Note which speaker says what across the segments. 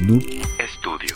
Speaker 1: Noob Studio.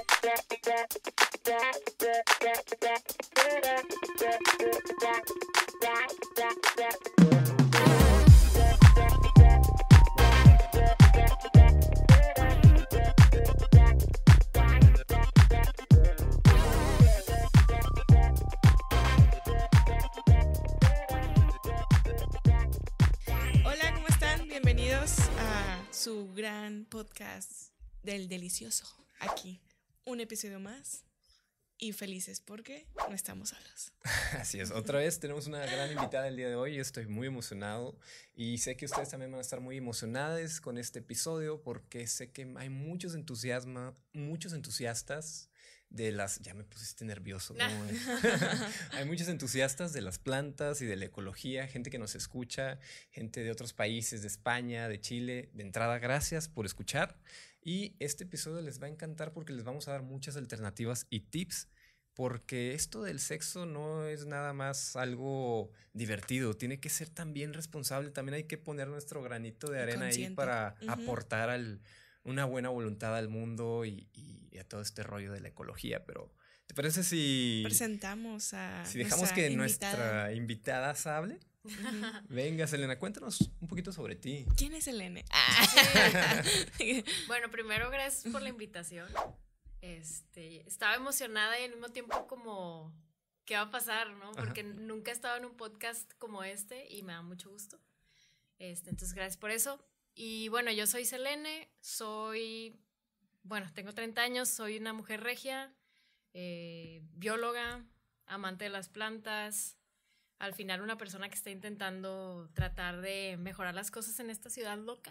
Speaker 2: Hola, ¿cómo están? Bienvenidos a su gran podcast del delicioso. Aquí, un episodio más y felices porque no estamos solos.
Speaker 3: Así es, otra vez tenemos una gran invitada el día de hoy. Yo estoy muy emocionado y sé que ustedes también van a estar muy emocionados con este episodio porque sé que hay muchos entusiastas de las... Ya me pusiste nervioso. ¿No? Hay muchos entusiastas de las plantas y de la ecología, gente que nos escucha, gente de otros países, de España, de Chile. De entrada, gracias por escuchar. Y este episodio les va a encantar porque les vamos a dar muchas alternativas y tips, porque esto del sexo no es nada más algo divertido, tiene que ser también responsable, también hay que poner nuestro granito de arena ahí para aportar una buena voluntad al mundo y a todo este rollo de la ecología. Pero ¿te parece si
Speaker 2: presentamos a
Speaker 3: si dejamos que nuestra invitada hable? Venga, Selena, cuéntanos un poquito sobre ti.
Speaker 2: ¿Quién es Elene?
Speaker 4: Sí. Bueno, primero gracias por la invitación. Estaba emocionada y al mismo tiempo como ¿qué va a pasar, no? Porque nunca he estado en un podcast como este y me da mucho gusto. Entonces gracias por eso. Y bueno, yo soy Selene, tengo 30 años, soy una mujer regia, bióloga, amante de las plantas. Al final una persona que está intentando tratar de mejorar las cosas en esta ciudad loca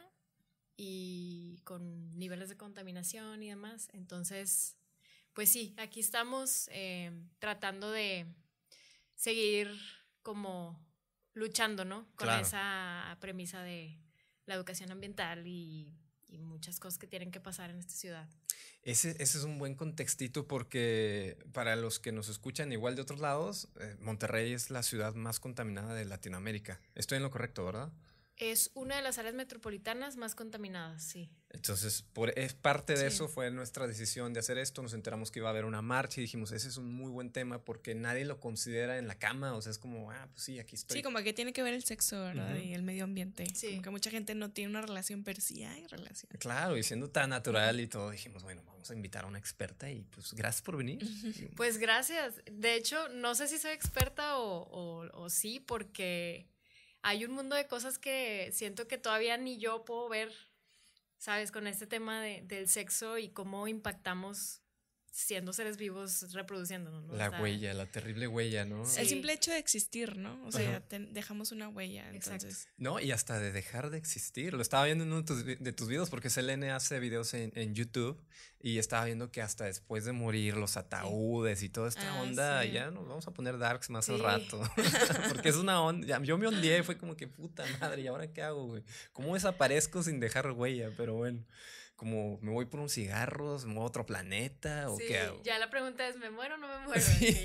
Speaker 4: y con niveles de contaminación y demás. Entonces, pues sí, aquí estamos tratando de seguir como luchando, ¿no? Con esa premisa de la educación ambiental y muchas cosas que tienen que pasar en esta ciudad.
Speaker 3: Ese es un buen contextito porque para los que nos escuchan igual de otros lados, Monterrey es la ciudad más contaminada de Latinoamérica. Estoy en lo correcto, ¿verdad?
Speaker 4: Es una de las áreas metropolitanas más contaminadas, sí.
Speaker 3: Entonces, parte de eso fue nuestra decisión de hacer esto. Nos enteramos que iba a haber una marcha y dijimos, ese es un muy buen tema porque nadie lo considera en la cama. O sea, es como, pues sí, aquí estoy.
Speaker 2: Sí, como que tiene que ver el sexo, ¿verdad? Y el medio ambiente.
Speaker 4: Sí.
Speaker 2: Como que mucha gente no tiene una relación, pero sí hay relación.
Speaker 3: Claro, y siendo tan natural y todo, dijimos, bueno, vamos a invitar a una experta y pues gracias por venir.
Speaker 4: Pues gracias. De hecho, no sé si soy experta o sí, porque hay un mundo de cosas que siento que todavía ni yo puedo ver, ¿sabes? Con este tema del sexo y cómo impactamos siendo seres vivos reproduciéndonos, ¿no?
Speaker 3: Huella, la terrible huella, ¿no?
Speaker 2: Sí. El simple hecho de existir, ¿no? O sea, dejamos una huella, entonces.
Speaker 4: Exacto.
Speaker 3: No, y hasta de dejar de existir. Lo estaba viendo en uno de tus videos, porque Selene hace videos en YouTube, y estaba viendo que hasta después de morir, los ataúdes y toda esta onda, ya nos vamos a poner darks más al rato. Porque es una onda. Yo me ondeé, fue como que puta madre, ¿y ahora qué hago, güey? ¿Cómo desaparezco sin dejar huella? Pero bueno, como me voy por unos cigarros, me voy a otro planeta o qué hago.
Speaker 4: Ya la pregunta es, ¿me muero o no me muero?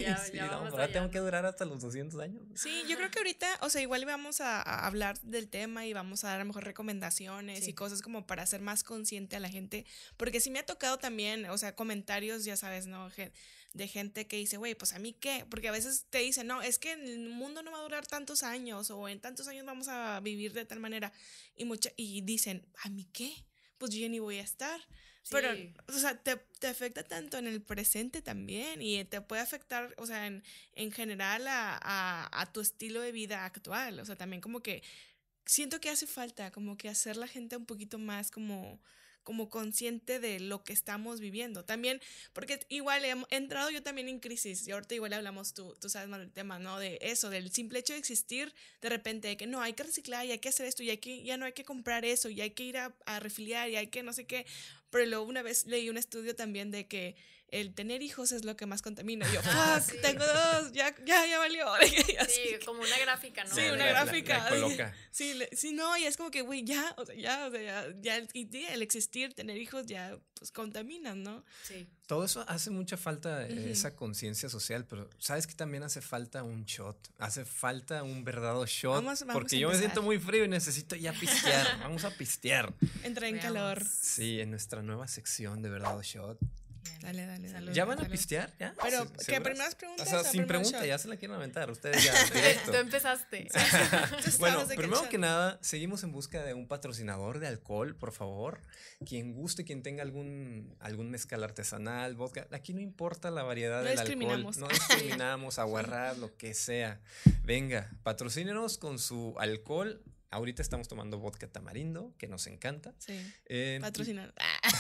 Speaker 3: Ahora tengo que durar hasta los 200 años.
Speaker 2: Sí, yo creo que ahorita, o sea, igual vamos a hablar del tema y vamos a dar a lo mejor recomendaciones y cosas como para hacer más consciente a la gente, porque sí me ha tocado también, o sea, comentarios, ya sabes, ¿no? De gente que dice, güey, pues a mí qué, porque a veces te dicen, no, es que el mundo no va a durar tantos años o en tantos años vamos a vivir de tal manera y dicen, ¿a mí qué? Pues yo ya ni voy a estar. Sí. Pero, o sea, te afecta tanto en el presente también y te puede afectar, o sea, en general a tu estilo de vida actual. O sea, también como que siento que hace falta como que hacer la gente un poquito más como consciente de lo que estamos viviendo. También, porque igual he entrado yo también en crisis y ahorita igual hablamos, tú sabes más del tema, ¿no? De eso, del simple hecho de existir, de repente, de que no, hay que reciclar y hay que hacer esto y ya no hay que comprar eso y hay que ir a refiliar y hay que no sé qué. Pero luego una vez leí un estudio también de que el tener hijos es lo que más contamina. Y yo, fuck, tengo 2, ya valió.
Speaker 4: Sí, como una gráfica, ¿no?
Speaker 2: Sí, una gráfica.
Speaker 3: Coloca.
Speaker 2: Sí, no, y es como que, güey, ya el existir, tener hijos, ya, pues, contaminan, ¿no?
Speaker 4: Sí.
Speaker 3: Todo eso hace mucha falta, esa conciencia social, pero ¿sabes que también hace falta un shot? Hace falta un verdadero shot,
Speaker 2: Vamos
Speaker 3: porque
Speaker 2: a
Speaker 3: yo me
Speaker 2: empezar.
Speaker 3: siento muy frío y necesito ya pistear. Vamos a pistear.
Speaker 2: Entra en
Speaker 4: Veamos.
Speaker 2: calor.
Speaker 3: Sí, en nuestra nueva sección de verdadero shot.
Speaker 2: Dale, dale, dale.
Speaker 4: Salud.
Speaker 3: ¿Ya van a
Speaker 2: Salud.
Speaker 3: pistear? ¿Ya?
Speaker 2: Pero,
Speaker 3: ¿Se-
Speaker 2: ¿qué?
Speaker 3: seguras?
Speaker 2: ¿Primeras preguntas
Speaker 3: O sea,
Speaker 2: o
Speaker 3: sin
Speaker 2: primero
Speaker 3: pregunta,
Speaker 2: shot?
Speaker 3: ya se la quieren aventar. Ustedes ya, directo.
Speaker 4: Tú empezaste.
Speaker 3: Bueno,
Speaker 2: Estamos de que
Speaker 3: primero
Speaker 2: shot.
Speaker 3: que nada, seguimos en busca de un patrocinador de alcohol, por favor. Quien guste, quien tenga algún mezcal artesanal, vodka. Aquí no importa la variedad
Speaker 2: No
Speaker 3: del alcohol.
Speaker 2: discriminamos.
Speaker 3: No discriminamos, aguarrás, lo que sea. Venga, patrocínenos con su alcohol. Ahorita estamos tomando vodka tamarindo, que nos encanta.
Speaker 2: Sí,
Speaker 3: Eh,
Speaker 2: patrocinar.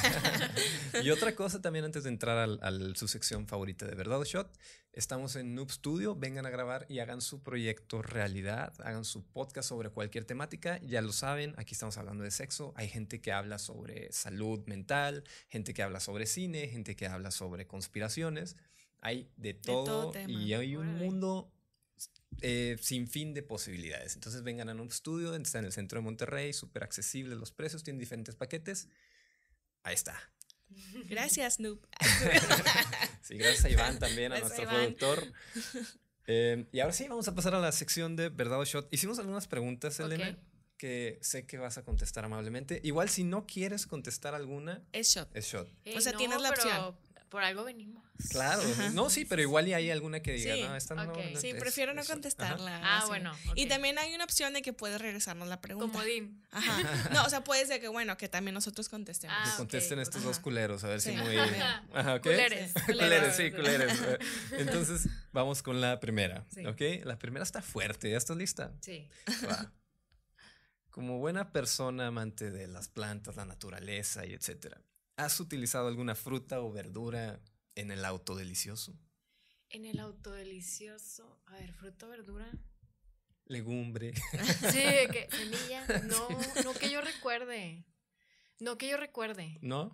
Speaker 3: y otra cosa también antes de entrar al su sección favorita de Verdad o Shot, estamos en Noob Studio, vengan a grabar y hagan su proyecto realidad, hagan su podcast sobre cualquier temática, ya lo saben, aquí estamos hablando de sexo, hay gente que habla sobre salud mental, gente que habla sobre cine, gente que habla sobre conspiraciones, hay de todo
Speaker 2: tema.
Speaker 3: y hay un
Speaker 4: Órale.
Speaker 3: mundo sin fin de posibilidades. Entonces vengan a Noob Studio, está en el centro de Monterrey, súper accesible los precios, tienen diferentes paquetes. Ahí está.
Speaker 2: Gracias, Noob.
Speaker 3: Sí, gracias a Iván también, a
Speaker 2: Gracias,
Speaker 3: nuestro
Speaker 2: Iván.
Speaker 3: productor. Y ahora sí, vamos a pasar a la sección de Verdad o Shot. Hicimos algunas preguntas, Elena,
Speaker 4: Ok.
Speaker 3: que sé que vas a contestar amablemente. Igual si no quieres contestar alguna,
Speaker 2: Es shot.
Speaker 3: es shot.
Speaker 2: O sea, tienes la
Speaker 4: pero
Speaker 2: opción.
Speaker 4: Por algo venimos.
Speaker 3: Claro, no, sí, pero igual y hay alguna que diga,
Speaker 2: Sí,
Speaker 3: no, esta no.
Speaker 4: ok.
Speaker 3: no,
Speaker 2: Sí,
Speaker 3: es-
Speaker 2: prefiero no
Speaker 3: es shot".
Speaker 2: contestarla.
Speaker 4: Ah,
Speaker 2: así.
Speaker 4: bueno.
Speaker 2: Y
Speaker 4: ok.
Speaker 2: también hay una opción de que puedes regresarnos la pregunta.
Speaker 4: Comodín.
Speaker 2: Ajá. No, o sea, puedes de que, bueno, que también nosotros contestemos.
Speaker 3: Ajá.
Speaker 4: Ah,
Speaker 3: Que contesten
Speaker 4: ok,
Speaker 3: estos
Speaker 2: ajá.
Speaker 3: dos culeros, a ver si
Speaker 2: Sí.
Speaker 3: muy. Ajá, ¿ok?
Speaker 4: Culeres.
Speaker 3: Culeres, sí, culeres. Entonces, vamos con la primera,
Speaker 4: Sí.
Speaker 3: ¿ok? La primera está fuerte, ¿ya estás lista?
Speaker 4: Sí.
Speaker 3: Va. Como buena persona amante de las plantas, la naturaleza y etcétera, ¿has utilizado alguna fruta o verdura en el auto delicioso?
Speaker 4: En el autodelicioso. A ver, fruta, verdura.
Speaker 3: Legumbre.
Speaker 4: Sí, que semilla. No, no que yo recuerde. No que yo recuerde.
Speaker 3: ¿No?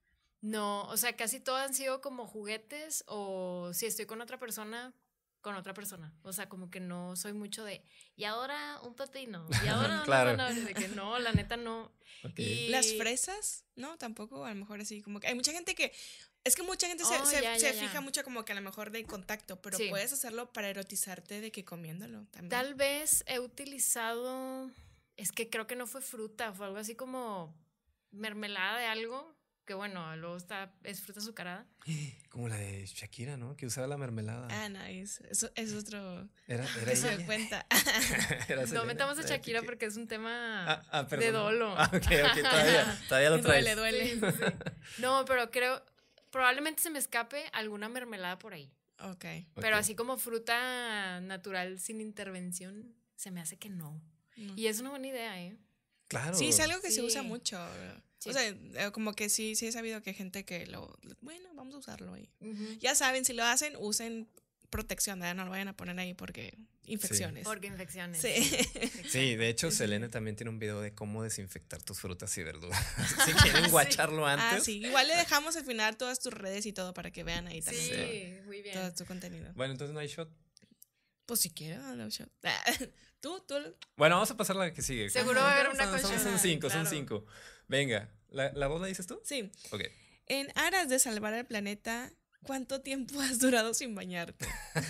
Speaker 4: No, o sea, casi todas han sido como juguetes o si estoy con otra persona, con otra persona. O sea, como que no soy mucho de, y ahora un pepino, y ahora una
Speaker 3: Claro.
Speaker 4: zanahoria", de que no, la neta no.
Speaker 3: Ok.
Speaker 4: Y-
Speaker 2: Las fresas, ¿no? Tampoco, a lo mejor así como que hay mucha gente que es que mucha gente
Speaker 4: Oh,
Speaker 2: se
Speaker 4: ya.
Speaker 2: fija mucho como que a lo mejor de contacto, pero
Speaker 4: Sí.
Speaker 2: puedes hacerlo para erotizarte de que comiéndolo también.
Speaker 4: Tal vez he utilizado, es que creo que no fue fruta, fue algo así como mermelada de algo, que bueno, luego es fruta azucarada.
Speaker 3: Como la de Shakira, ¿no? Que usaba la mermelada.
Speaker 2: Ah, nice. Eso es otro
Speaker 3: Era
Speaker 2: que se
Speaker 3: ella.
Speaker 2: dio cuenta.
Speaker 3: Era
Speaker 4: No
Speaker 3: Selena.
Speaker 4: metamos a
Speaker 3: Ay,
Speaker 4: Shakira
Speaker 3: ¿qué?
Speaker 4: porque es un tema
Speaker 3: Perdón.
Speaker 4: de dolo.
Speaker 3: Ah, ok, todavía lo traes.
Speaker 2: Duele.
Speaker 4: Sí, sí, sí. No, pero creo, probablemente se me escape alguna mermelada por ahí.
Speaker 2: Ok.
Speaker 4: Pero
Speaker 3: Ok.
Speaker 4: así como fruta natural sin intervención, se me hace que no.
Speaker 2: No.
Speaker 4: Y es una buena idea, ¿eh?
Speaker 3: Claro.
Speaker 2: Sí, es algo que se
Speaker 4: Sí.
Speaker 2: usa mucho.
Speaker 4: Sí.
Speaker 2: O sea, como que sí he sabido que hay gente que bueno, vamos a usarlo ahí.
Speaker 4: Ujú.
Speaker 2: Ya saben, si lo hacen, usen protección, ¿verdad? No lo vayan a poner ahí porque infecciones.
Speaker 4: Porque infecciones.
Speaker 2: Sí.
Speaker 3: Sí, de hecho,
Speaker 2: Sí, sí.
Speaker 3: Selena también tiene un video de cómo desinfectar tus frutas y verduras. Si quieren guacharlo antes.
Speaker 2: Ah, sí. Igual le dejamos al final todas tus redes y todo para que vean ahí también
Speaker 4: Sí, muy bien.
Speaker 2: todo tu contenido.
Speaker 3: Bueno, entonces no hay shot.
Speaker 2: Pues si quieres, dale un shot. Tú.
Speaker 3: Bueno, vamos a pasar a la que sigue.
Speaker 4: Seguro va a haber una
Speaker 3: Son-
Speaker 4: con
Speaker 3: son
Speaker 4: shot.
Speaker 3: cinco, son
Speaker 4: Claro.
Speaker 3: 5. Venga, ¿la voz la dices tú?
Speaker 2: Sí.
Speaker 3: Ok.
Speaker 2: En aras de salvar al planeta, ¿cuánto tiempo has durado sin bañarte?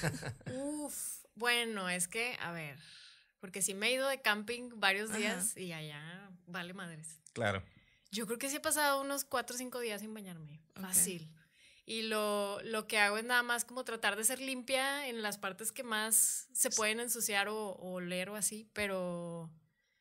Speaker 4: Uf, bueno, es que, a ver, porque sí me he ido de camping varios
Speaker 2: Ajá.
Speaker 4: días y allá vale madres.
Speaker 3: Claro.
Speaker 4: Yo creo que sí he pasado unos 4 o 5 días sin bañarme.
Speaker 2: Ok.
Speaker 4: Fácil. Y lo que hago es nada más como tratar de ser limpia en las partes que más se pueden ensuciar o oler o así, pero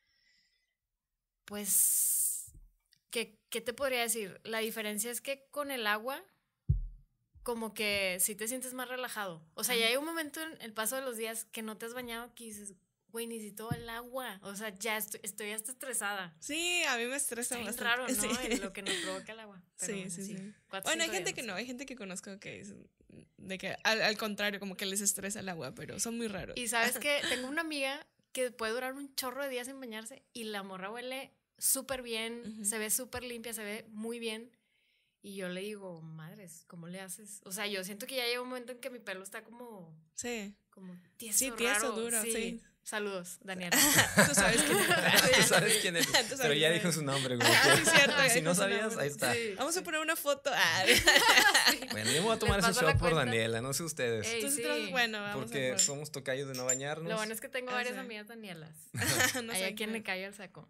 Speaker 4: pues, ¿qué te podría decir? La diferencia es que con el agua, como que sí te sientes más relajado. O sea, ya hay un momento en el paso de los días que no te has bañado que dices, güey, necesito el agua. O sea, ya estoy hasta estresada.
Speaker 2: Sí, a mí me estresa
Speaker 4: Está bien
Speaker 2: bastante.
Speaker 4: raro, ¿no?
Speaker 2: Sí.
Speaker 4: Lo que nos provoca el agua. Pero
Speaker 2: Sí,
Speaker 4: bueno,
Speaker 2: sí, sí.
Speaker 4: 4,
Speaker 2: Bueno, hay
Speaker 4: 5
Speaker 2: gente
Speaker 4: días.
Speaker 2: que no, hay gente que conozco que es de que al contrario, como que les estresa el agua, pero son muy raros.
Speaker 4: Y sabes que tengo una amiga que puede durar un chorro de días sin bañarse y la morra huele súper bien,
Speaker 2: Ujú.
Speaker 4: se ve súper limpia, se ve muy bien. Y yo le digo, madres, ¿cómo le haces? O sea, yo siento que ya llega un momento en que mi pelo está como
Speaker 2: Sí.
Speaker 4: tieso,
Speaker 2: Sí, tieso,
Speaker 4: raro.
Speaker 2: duro, sí.
Speaker 4: Saludos, Daniela.
Speaker 2: Tú sabes quién eres.
Speaker 3: Tú sabes quién es. Pero ya dijo su nombre, güey.
Speaker 2: Sí, cierto.
Speaker 3: Si no sabías, ahí está.
Speaker 4: Sí.
Speaker 2: Vamos a poner una foto.
Speaker 3: Bueno, yo me voy a tomar
Speaker 4: Les
Speaker 3: ese
Speaker 4: paso la
Speaker 3: shot por
Speaker 4: cuenta.
Speaker 3: Daniela, no sé ustedes.
Speaker 4: Ey,
Speaker 2: Nosotros,
Speaker 4: sí.
Speaker 2: bueno, vamos
Speaker 3: Porque
Speaker 2: a por...
Speaker 3: somos tocayos de no bañarnos.
Speaker 4: Lo bueno es que tengo varias
Speaker 2: sí.
Speaker 4: amigas Danielas.
Speaker 2: No
Speaker 4: Hay
Speaker 2: sé
Speaker 4: a quien le cae el saco.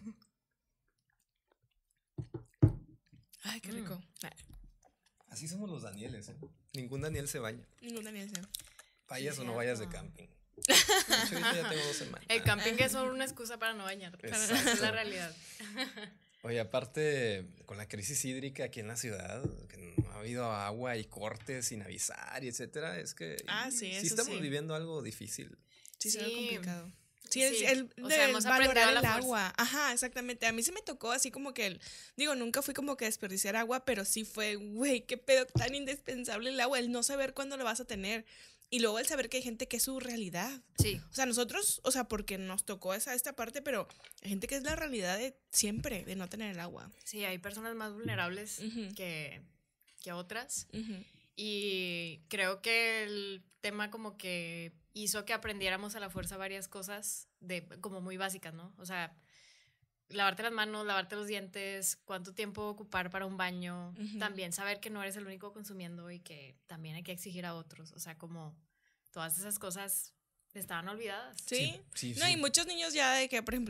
Speaker 2: Ay, qué rico.
Speaker 3: Así somos los Danieles, ¿eh? Ningún Daniel se baña.
Speaker 2: Ningún Daniel se...
Speaker 3: Vayas
Speaker 4: Sí,
Speaker 3: o no vayas de
Speaker 4: cierto.
Speaker 3: camping. De hecho, ahorita ya tengo 2 semanas.
Speaker 4: El camping es solo una excusa para no bañarte.
Speaker 3: Exacto.
Speaker 4: Esa es la realidad.
Speaker 3: Oye, aparte, con la crisis hídrica aquí en la ciudad, que no ha habido agua y cortes sin avisar y etcétera, es que
Speaker 2: Sí, eso
Speaker 3: estamos
Speaker 2: sí.
Speaker 3: viviendo algo difícil.
Speaker 2: Sí, se ve
Speaker 4: Sí.
Speaker 2: complicado. Sí,
Speaker 4: Sí.
Speaker 2: el
Speaker 4: O sea,
Speaker 2: de
Speaker 4: hemos
Speaker 2: valorar
Speaker 4: aprendido a
Speaker 2: el
Speaker 4: la fuerza.
Speaker 2: agua. Ajá, exactamente. A mí se me tocó así como que digo, nunca fui como que a desperdiciar agua, pero sí fue, güey, qué pedo tan indispensable el agua, el no saber cuándo lo vas a tener. Y luego el saber que hay gente que es su realidad.
Speaker 4: Sí.
Speaker 2: O sea, nosotros, o sea, porque nos tocó esta parte, pero hay gente que es la realidad de siempre, de no tener el agua.
Speaker 4: Sí, hay personas más vulnerables
Speaker 2: Ujú.
Speaker 4: que otras.
Speaker 2: Ujú.
Speaker 4: Y creo que el tema como que hizo que aprendiéramos a la fuerza varias cosas como muy básicas, ¿no? O sea, lavarte las manos, lavarte los dientes, cuánto tiempo ocupar para un baño,
Speaker 2: Ujú.
Speaker 4: también saber que no eres el único consumiendo y que también hay que exigir a otros, o sea, como todas esas cosas estaban olvidadas.
Speaker 2: ¿Sí?
Speaker 3: Sí,
Speaker 2: No,
Speaker 3: sí.
Speaker 2: y muchos niños ya de que, por ejemplo,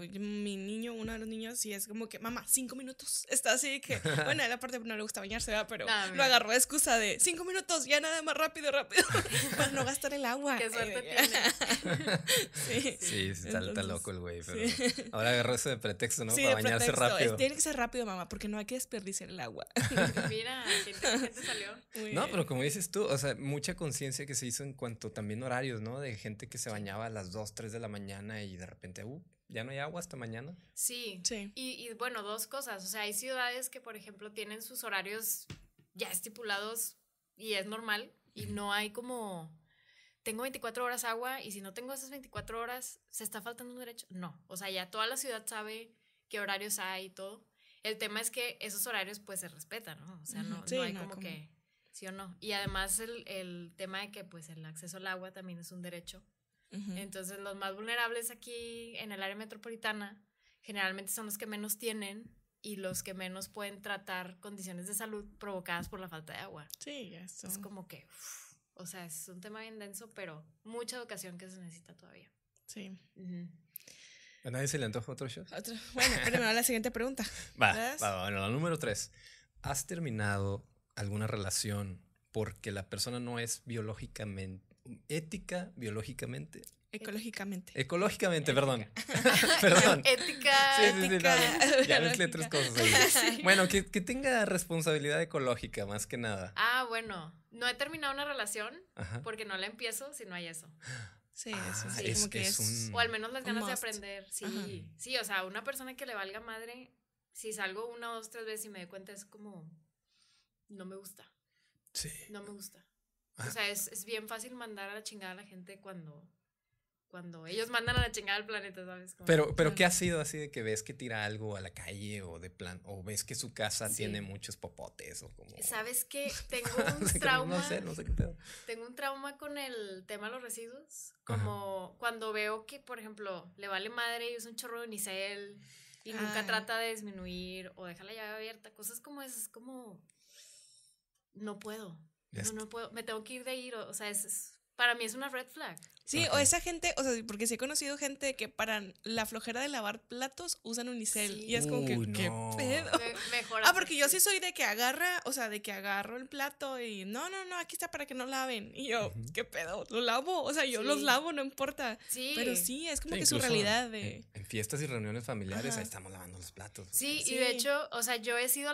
Speaker 2: mi niño, uno de los niños, sí es como que, mamá, 5 minutos. Está así de que, bueno, a la parte no le gusta bañarse, ¿verdad? Pero
Speaker 4: No,
Speaker 2: lo
Speaker 4: mira.
Speaker 2: agarró de excusa de 5 minutos, ya nada más rápido, para no gastar el agua.
Speaker 4: Qué suerte tiene.
Speaker 2: Sí.
Speaker 3: Sí, está
Speaker 2: Entonces,
Speaker 3: loco el güey, pero
Speaker 2: sí.
Speaker 3: ahora agarró eso de pretexto, ¿no?
Speaker 2: Sí,
Speaker 3: Para
Speaker 2: de
Speaker 3: bañarse
Speaker 2: pretexto.
Speaker 3: rápido.
Speaker 2: Tiene que ser rápido, mamá, porque no hay que desperdiciar el agua.
Speaker 4: Mira, qué inteligente salió.
Speaker 2: Muy
Speaker 3: No,
Speaker 2: bien.
Speaker 3: pero como dices tú, o sea, mucha conciencia que se hizo en cuanto también horarios, ¿no? De gente que se bañaba a las 2, 3 de la mañana y de repente, ya no hay agua hasta mañana.
Speaker 4: Sí.
Speaker 2: Sí.
Speaker 4: Y bueno, dos cosas. O sea, hay ciudades que, por ejemplo, tienen sus horarios ya estipulados y es normal. Y no hay como, tengo 24 horas agua y si no tengo esas 24 horas, ¿se está faltando un derecho? No. O sea, ya toda la ciudad sabe qué horarios hay y todo. El tema es que esos horarios pues se respetan, ¿no? O sea,
Speaker 2: Ujú.
Speaker 4: no,
Speaker 2: Sí,
Speaker 4: no hay
Speaker 2: no,
Speaker 4: como que sí o no. Y además el tema de que pues el acceso al agua también es un derecho.
Speaker 2: Ujú.
Speaker 4: Entonces los más vulnerables aquí en el área metropolitana generalmente son los que menos tienen y los que menos pueden tratar condiciones de salud provocadas por la falta de agua.
Speaker 2: Sí, ya está.
Speaker 4: Es como que, o sea, es un tema bien denso, pero mucha educación que se necesita todavía.
Speaker 2: Sí.
Speaker 4: Ujú.
Speaker 3: ¿A nadie se le antoja otro shot?
Speaker 2: Bueno, primero la siguiente pregunta.
Speaker 3: Va, bueno, la número 3. ¿Has terminado alguna relación porque la persona no es biológicamente, biológicamente? Ecológicamente, perdón. Perdón.
Speaker 4: Ética.
Speaker 3: Sí, no,
Speaker 2: ética,
Speaker 3: ya mezclé 3 cosas ahí.
Speaker 4: Sí.
Speaker 3: Bueno, que tenga responsabilidad ecológica más que nada.
Speaker 4: Ah, bueno, no he terminado una relación
Speaker 3: Ajá.
Speaker 4: porque no la empiezo si no hay eso.
Speaker 2: Sí,
Speaker 3: Ah,
Speaker 2: eso sí,
Speaker 3: es-
Speaker 2: como que
Speaker 3: es
Speaker 2: es...
Speaker 3: un-
Speaker 4: O al menos las
Speaker 2: Un
Speaker 4: ganas de
Speaker 2: must.
Speaker 4: aprender. Sí,
Speaker 2: Ajá.
Speaker 4: sí, o sea, una persona que le valga madre, si salgo 1, 2, 3 veces y me doy cuenta, es como, no me gusta,
Speaker 3: Sí.
Speaker 4: no me gusta.
Speaker 3: Ah.
Speaker 4: O sea, es bien fácil mandar a la chingada a la gente cuando ellos mandan a la chingada al planeta, ¿sabes? Como-
Speaker 3: Pero ¿qué ha sido así de que ves que tira algo a la calle o de plan, o ves que su casa
Speaker 4: Sí.
Speaker 3: tiene muchos popotes o como...
Speaker 4: ¿Sabes qué? Tengo
Speaker 3: No
Speaker 4: un
Speaker 3: sé,
Speaker 4: trauma.
Speaker 3: no sé qué pedo.
Speaker 4: Tengo un trauma con el tema de los residuos. Como cuando veo que, por ejemplo, le vale madre y usa un chorro de unicel y nunca
Speaker 2: Ay.
Speaker 4: trata de disminuir o deja la llave abierta. Cosas como esas, es como. No puedo.
Speaker 3: Ya está.
Speaker 4: No puedo. Me tengo que ir de ir. O sea, para mí es una red flag.
Speaker 2: Sí,
Speaker 3: Ok.
Speaker 2: o esa gente, o sea, porque sí he conocido gente que para la flojera de lavar platos usan unicel.
Speaker 4: Sí.
Speaker 2: Y es como que,
Speaker 3: Uy,
Speaker 2: ¿qué
Speaker 3: no.
Speaker 2: pedo?
Speaker 4: Mejor.
Speaker 2: Porque yo sí soy de que agarra, o sea, de que agarro el plato y no, aquí está para que no laven. Y yo,
Speaker 3: Ujú.
Speaker 2: ¿qué pedo? Lo lavo, o sea, yo
Speaker 4: Sí.
Speaker 2: los lavo, no importa.
Speaker 4: Sí.
Speaker 2: Pero sí, es como
Speaker 3: Sí,
Speaker 2: que su
Speaker 3: incluso
Speaker 2: realidad de...
Speaker 3: en fiestas y reuniones familiares,
Speaker 2: Ajá.
Speaker 3: ahí estamos lavando los platos.
Speaker 4: Sí,
Speaker 2: Sí.
Speaker 4: y de hecho, o sea, yo he sido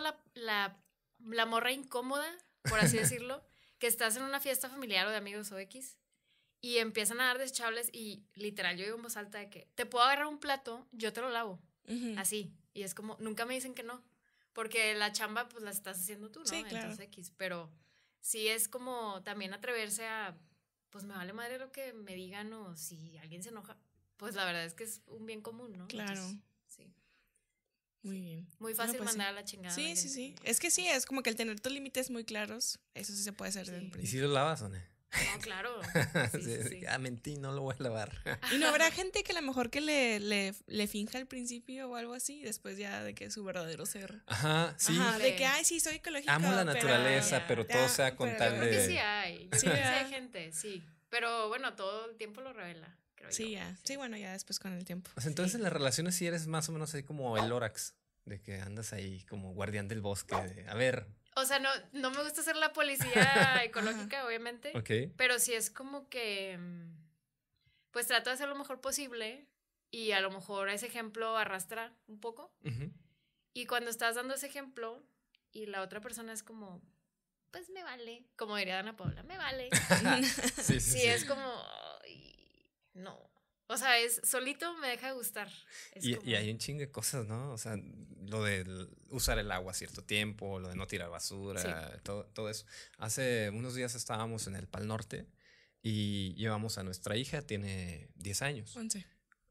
Speaker 4: la morra incómoda, por así decirlo, que estás en una fiesta familiar o de amigos o X y empiezan a dar desechables y literal yo digo en voz alta de que te puedo agarrar un plato, yo te lo lavo,
Speaker 2: Ujú.
Speaker 4: así. Y es como, nunca me dicen que no, porque la chamba pues la estás haciendo tú, ¿no?
Speaker 2: Sí, claro.
Speaker 4: Entonces X, pero sí es como también atreverse a, pues me vale madre lo que me digan o si alguien se enoja, pues la verdad es que es un bien común, ¿no?
Speaker 2: Claro.
Speaker 4: Entonces, sí.
Speaker 2: Muy bien.
Speaker 4: Muy
Speaker 2: Bueno,
Speaker 4: fácil
Speaker 2: pues sí.
Speaker 4: mandar a la chingada. a
Speaker 2: Sí,
Speaker 4: la
Speaker 2: sí, sí.
Speaker 4: gente.
Speaker 2: Es que sí, es como que el tener tus límites muy claros, eso sí se puede hacer desde un
Speaker 4: Sí.
Speaker 3: ¿Y
Speaker 2: principio.
Speaker 3: si los lavas o no?
Speaker 4: No, claro. Sí.
Speaker 3: Mentí, no lo voy a lavar.
Speaker 2: Y no habrá gente que a lo mejor que le finja al principio o algo así, después ya de que es su verdadero ser.
Speaker 3: Ajá, sí.
Speaker 2: Ajá, de que, ay, sí, soy ecológica.
Speaker 3: Amo la naturaleza, pero todo sea con tal
Speaker 4: Creo que
Speaker 3: de...
Speaker 4: sí hay. Yo creo que sí hay gente, sí. Pero bueno, todo el tiempo lo revela, creo
Speaker 2: Sí,
Speaker 4: yo.
Speaker 2: ya. Sí, bueno, ya después con el tiempo.
Speaker 3: O sea, entonces en las relaciones sí eres más o menos ahí como el Lorax, de que andas ahí como guardián del bosque, de, a ver.
Speaker 4: O sea, no me gusta ser la policía ecológica, obviamente.
Speaker 3: Ok.
Speaker 4: Pero sí es como que, pues trato de hacer lo mejor posible y a lo mejor ese ejemplo arrastra un poco.
Speaker 3: Ujú.
Speaker 4: Y cuando estás dando ese ejemplo y la otra persona es como, pues me vale, como diría Dana Paola, me vale. Sí, es como, ay, no. O sea, solito me deja de gustar.
Speaker 3: Y hay un chingo de cosas, ¿no? O sea, lo de usar el agua a cierto tiempo, lo de no tirar basura, todo eso. Hace unos días estábamos en el Pal Norte y llevamos a nuestra hija, tiene 10 años.
Speaker 2: 11.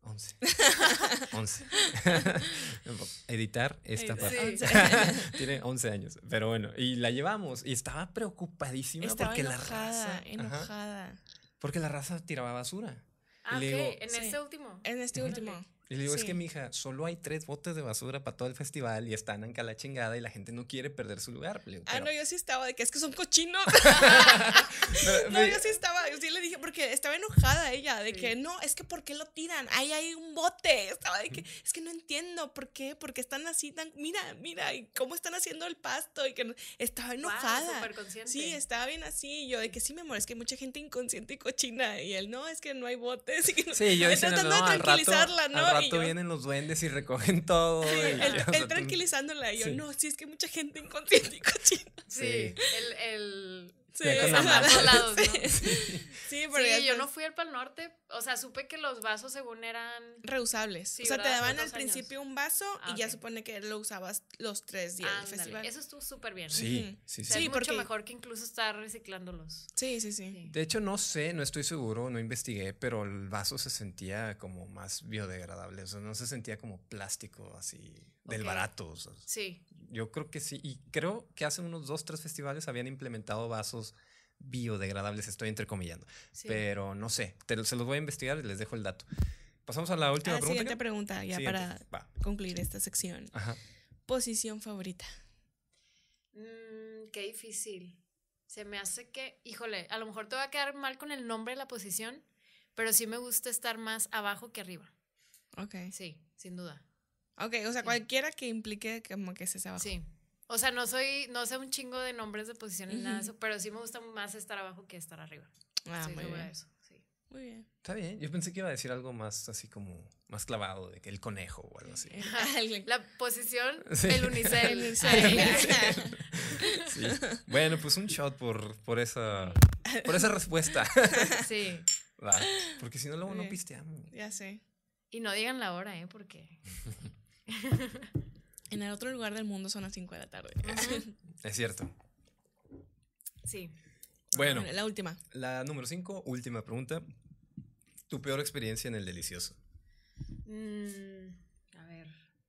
Speaker 3: 11. Editar esta parte.
Speaker 2: Sí.
Speaker 3: Tiene 11 años, pero bueno, y la llevamos y estaba preocupadísima porque
Speaker 2: enojada.
Speaker 3: Ajá, porque la raza tiraba basura.
Speaker 4: Ah,
Speaker 3: y le digo,
Speaker 4: en este último.
Speaker 2: En este último.
Speaker 3: Y le digo, es que mija, solo hay 3 botes de basura para todo el festival y están en la chingada y la gente no quiere perder su lugar. Le digo,
Speaker 2: no, yo sí estaba de que es que son cochinos. Yo sí le dije, porque estaba enojada ella, de que no, es que ¿por qué lo tiran? Ahí hay un bote. Estaba de que, es que no entiendo, ¿por qué? Porque están así tan, mira, y cómo están haciendo el pasto, y que estaba enojada.
Speaker 4: Wow, súper consciente.
Speaker 2: Sí, estaba bien así, y yo de que sí, mi amor, es que hay mucha gente inconsciente y cochina, y él, no, es que no hay botes. Y que no,
Speaker 3: sí, yo diciendo,
Speaker 2: tratando de tranquilizarla, ¿no?
Speaker 3: Al rato vienen los duendes y recogen todo.
Speaker 2: Él tranquilizándola, y yo, no, sí, es que hay mucha gente inconsciente y cochina.
Speaker 4: Sí,
Speaker 2: Sí,
Speaker 3: con la mano.
Speaker 4: Ambos lados, ¿no?
Speaker 2: Sí, pero
Speaker 4: yo no fui al Pal Norte, o sea, supe que los vasos según eran
Speaker 2: reusables.
Speaker 4: Sí,
Speaker 2: o sea,
Speaker 4: ¿verdad?
Speaker 2: te daban
Speaker 4: Por
Speaker 2: al
Speaker 4: 2 años.
Speaker 2: principio un vaso y ya supone que lo usabas los 3 días del festival.
Speaker 4: Eso estuvo súper bien.
Speaker 3: Sí.
Speaker 4: O sea, es mucho mejor que incluso estar reciclándolos.
Speaker 2: Sí.
Speaker 3: De hecho, no sé, no estoy seguro, no investigué, pero el vaso se sentía como más biodegradable. O sea, no se sentía como plástico así del barato. O sea,
Speaker 4: sí.
Speaker 3: Yo creo que sí. Y creo que hace unos 2-3 festivales habían implementado vasos biodegradables, estoy entrecomillando. Sí. Pero no sé, se los voy a investigar y les dejo el dato. Pasamos a la última pregunta.
Speaker 2: Siguiente pregunta, ya para concluir esta sección.
Speaker 3: Ajá.
Speaker 2: Posición favorita.
Speaker 4: Qué difícil. Se me hace que, híjole, a lo mejor te va a quedar mal con el nombre de la posición, pero sí me gusta estar más abajo que arriba.
Speaker 2: Ok.
Speaker 4: Sí, sin duda.
Speaker 2: Ok, o sea, cualquiera que implique como que estés abajo.
Speaker 4: Sí. O sea, no sé un chingo de nombres de posición ni nada de eso, pero sí me gusta más estar abajo que estar arriba.
Speaker 2: Muy bien.
Speaker 4: Eso, sí.
Speaker 2: Muy bien.
Speaker 3: Está bien. Yo pensé que iba a decir algo más así como más clavado, de que el conejo o algo así.
Speaker 4: La posición, el unicel.
Speaker 3: Sí. Bueno, pues un shot por esa respuesta.
Speaker 4: Sí.
Speaker 3: Va, porque si no luego no pisteamos.
Speaker 2: Ya sé.
Speaker 4: Y no digan la hora, porque
Speaker 2: en el otro lugar del mundo son las 5 de la tarde.
Speaker 3: Es cierto.
Speaker 4: Sí.
Speaker 3: Bueno,
Speaker 2: la última.
Speaker 3: La número 5, última pregunta. ¿Tu peor experiencia en el delicioso?
Speaker 4: A ver.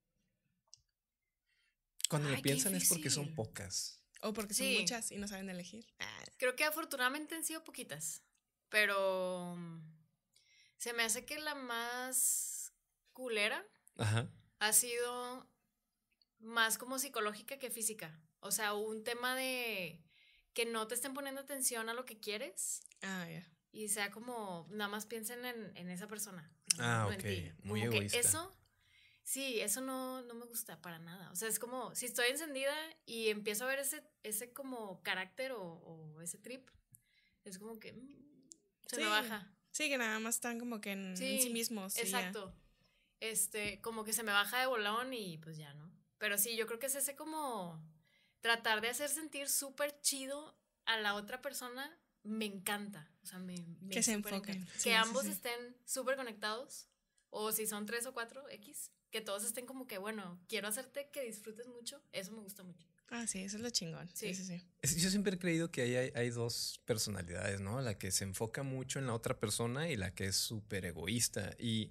Speaker 3: Cuando lo piensan es porque son pocas.
Speaker 2: O porque son muchas y no saben elegir.
Speaker 4: Creo que afortunadamente han sido poquitas. Pero se me hace que la más culera ha sido más como psicológica que física. O sea, un tema de que no te estén poniendo atención a lo que quieres.
Speaker 2: Ya.
Speaker 4: Y sea como, nada más piensen en esa persona.
Speaker 3: Ok. Muy
Speaker 4: como
Speaker 3: egoísta.
Speaker 4: Eso no me gusta para nada. O sea, es como, si estoy encendida y empiezo a ver ese como carácter o ese trip, es como que se me baja.
Speaker 2: Sí, que nada más están como que en sí mismos.
Speaker 4: Exacto. Como que se me baja de bolón y pues ya, ¿no? Pero sí, yo creo que es ese como tratar de hacer sentir súper chido a la otra persona, me encanta. O sea,
Speaker 2: que se enfoquen.
Speaker 4: Que ambos estén súper conectados, o si son 3 o 4, X, que todos estén como que, bueno, quiero hacerte que disfrutes mucho, eso me gusta mucho.
Speaker 2: Sí, eso es lo chingón. Sí.
Speaker 3: Yo siempre he creído que hay 2 personalidades, ¿no? La que se enfoca mucho en la otra persona y la que es súper egoísta. Y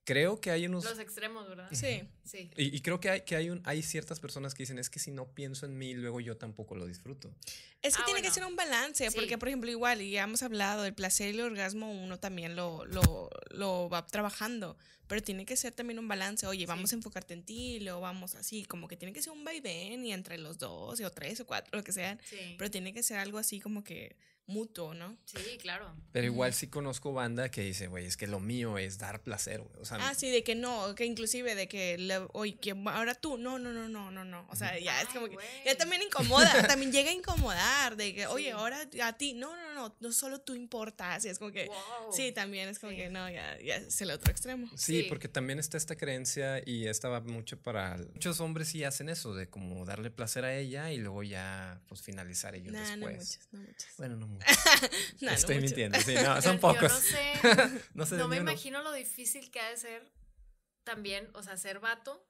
Speaker 3: creo que hay
Speaker 4: Los extremos, ¿verdad?
Speaker 2: Sí.
Speaker 4: Sí.
Speaker 3: Y creo que hay ciertas personas que dicen, es que si no pienso en mí, luego yo tampoco lo disfruto.
Speaker 2: Es que tiene
Speaker 4: bueno.
Speaker 2: que ser un balance,
Speaker 4: Sí.
Speaker 2: porque por ejemplo igual, y ya hemos hablado, el placer y el orgasmo uno también lo va trabajando, pero tiene que ser también un balance, oye, vamos a enfocarte en ti, luego vamos así, como que tiene que ser un vaivén y entre los dos, o tres o cuatro, lo que sean,
Speaker 4: Sí.
Speaker 2: pero tiene que ser algo así como que mutuo, ¿no?
Speaker 4: Sí, claro.
Speaker 3: Pero igual sí conozco banda que dice, güey, es que lo mío es dar placer, güey. O sea,
Speaker 2: Sí, de que no, que inclusive de que, oye, que ahora tú, no, o sea, ya es como que, ya también incomoda, también llega a incomodar, de que, oye, ahora a ti, no solo tú importas, y es como que, sí, también es como que, no, ya es el otro extremo.
Speaker 3: Sí, porque también está esta creencia y esta va mucho para... Muchos hombres sí hacen eso, de como darle placer a ella y luego ya, pues, finalizar ellos después.
Speaker 2: No muchos.
Speaker 3: Bueno, no muchos.
Speaker 2: Estoy
Speaker 3: mintiendo, sí, no, son pocos.
Speaker 4: No sé, no me imagino lo difícil que ha de ser también, o sea, ser vato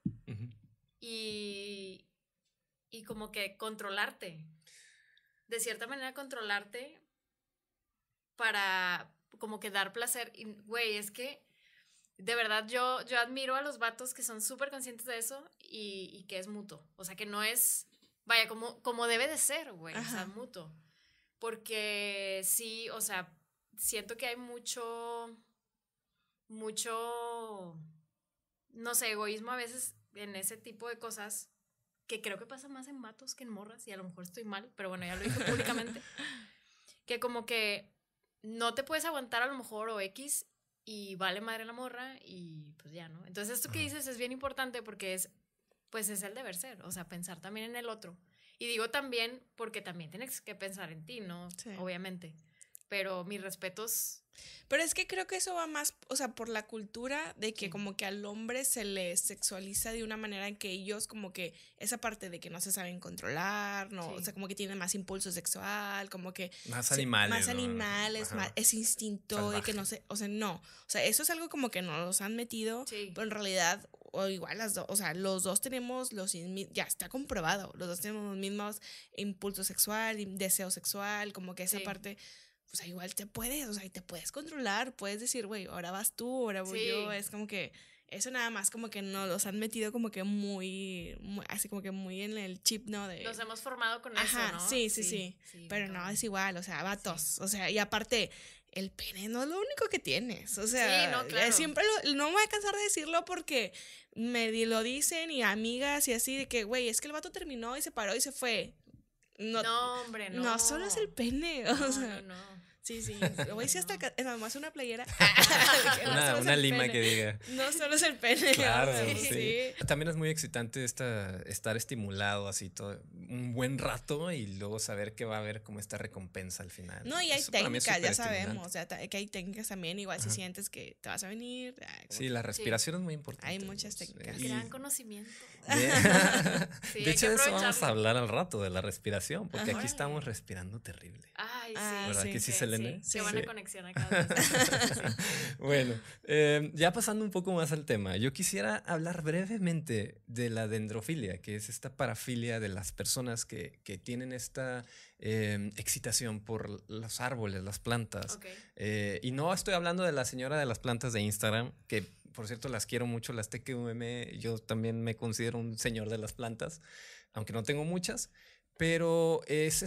Speaker 4: y como que controlarte. De cierta manera controlarte para como que dar placer. Y, güey, es que de verdad yo admiro a los vatos que son súper conscientes de eso y que es mutuo. O sea, que no es, vaya, como debe de ser, güey, o sea, mutuo. Porque sí, o sea, siento que hay mucho, no sé, egoísmo a veces en ese tipo de cosas que creo que pasa más en vatos que en morras y a lo mejor estoy mal, pero bueno, ya lo dije públicamente, que como que no te puedes aguantar a lo mejor o X y vale madre la morra y pues ya, ¿no? Entonces esto que dices es bien importante porque pues es el deber ser, o sea, pensar también en el otro. Y digo también porque también tienes que pensar en ti, ¿no? Sí. Obviamente. Pero mis respetos.
Speaker 2: Pero es que creo que eso va más, o sea, por la cultura de que como que al hombre se le sexualiza de una manera en que ellos como que esa parte de que no se saben controlar, ¿no? O sea, como que tienen más impulso sexual, como que...
Speaker 3: Más animales.
Speaker 2: Más animales, más ese instinto salvaje. De que no sé, o sea, no. O sea, eso es algo como que nos los han metido, pero en realidad... O igual las dos, o sea, los dos tenemos ya está comprobado, los dos tenemos los mismos impulso sexual, deseo sexual, como que esa parte, o sea, igual te puedes controlar, puedes decir, güey, ahora vas tú, ahora voy yo, es como que eso nada más como que nos los han metido como que muy, así como que muy en el chip, ¿no?
Speaker 4: Nos hemos formado con eso, ¿no?
Speaker 2: Sí, pero no, es igual, o sea, vatos, o sea, y aparte... El pene no es lo único que tienes, o sea,
Speaker 4: no, claro.
Speaker 2: Siempre no me voy a cansar de decirlo porque me lo dicen y amigas y así de que, güey, es que el vato terminó y se paró y se fue.
Speaker 4: No, hombre, no.
Speaker 2: No solo es el pene, o sea.
Speaker 4: No.
Speaker 2: Sí, güey, sí hasta nomás una playera.
Speaker 3: una lima pene. Que diga.
Speaker 2: No solo es el pene.
Speaker 3: Claro, sí. También es muy excitante estar estimulado así todo un buen rato y luego saber que va a haber como esta recompensa al final.
Speaker 2: No, y hay técnicas, ya sabemos, o sea, que hay técnicas también, igual si sientes que te vas a venir.
Speaker 3: Sí, la respiración es muy importante.
Speaker 2: Hay muchas técnicas.
Speaker 4: Gran conocimiento.
Speaker 3: De hecho, de eso vamos a hablar al rato, de la respiración, porque aquí estamos respirando terrible.
Speaker 4: Ay, sí.
Speaker 3: ¿Verdad que sí, Selene?
Speaker 4: Qué buena conexión acá.
Speaker 3: Bueno, ya pasando un poco más al tema, yo quisiera hablar brevemente de la dendrofilia, que es esta parafilia de las personas que tienen esta excitación por los árboles, las plantas. Y no estoy hablando de la señora de las plantas de Instagram, que por cierto las quiero mucho, las TQM, yo también me considero un señor de las plantas, aunque no tengo muchas. Pero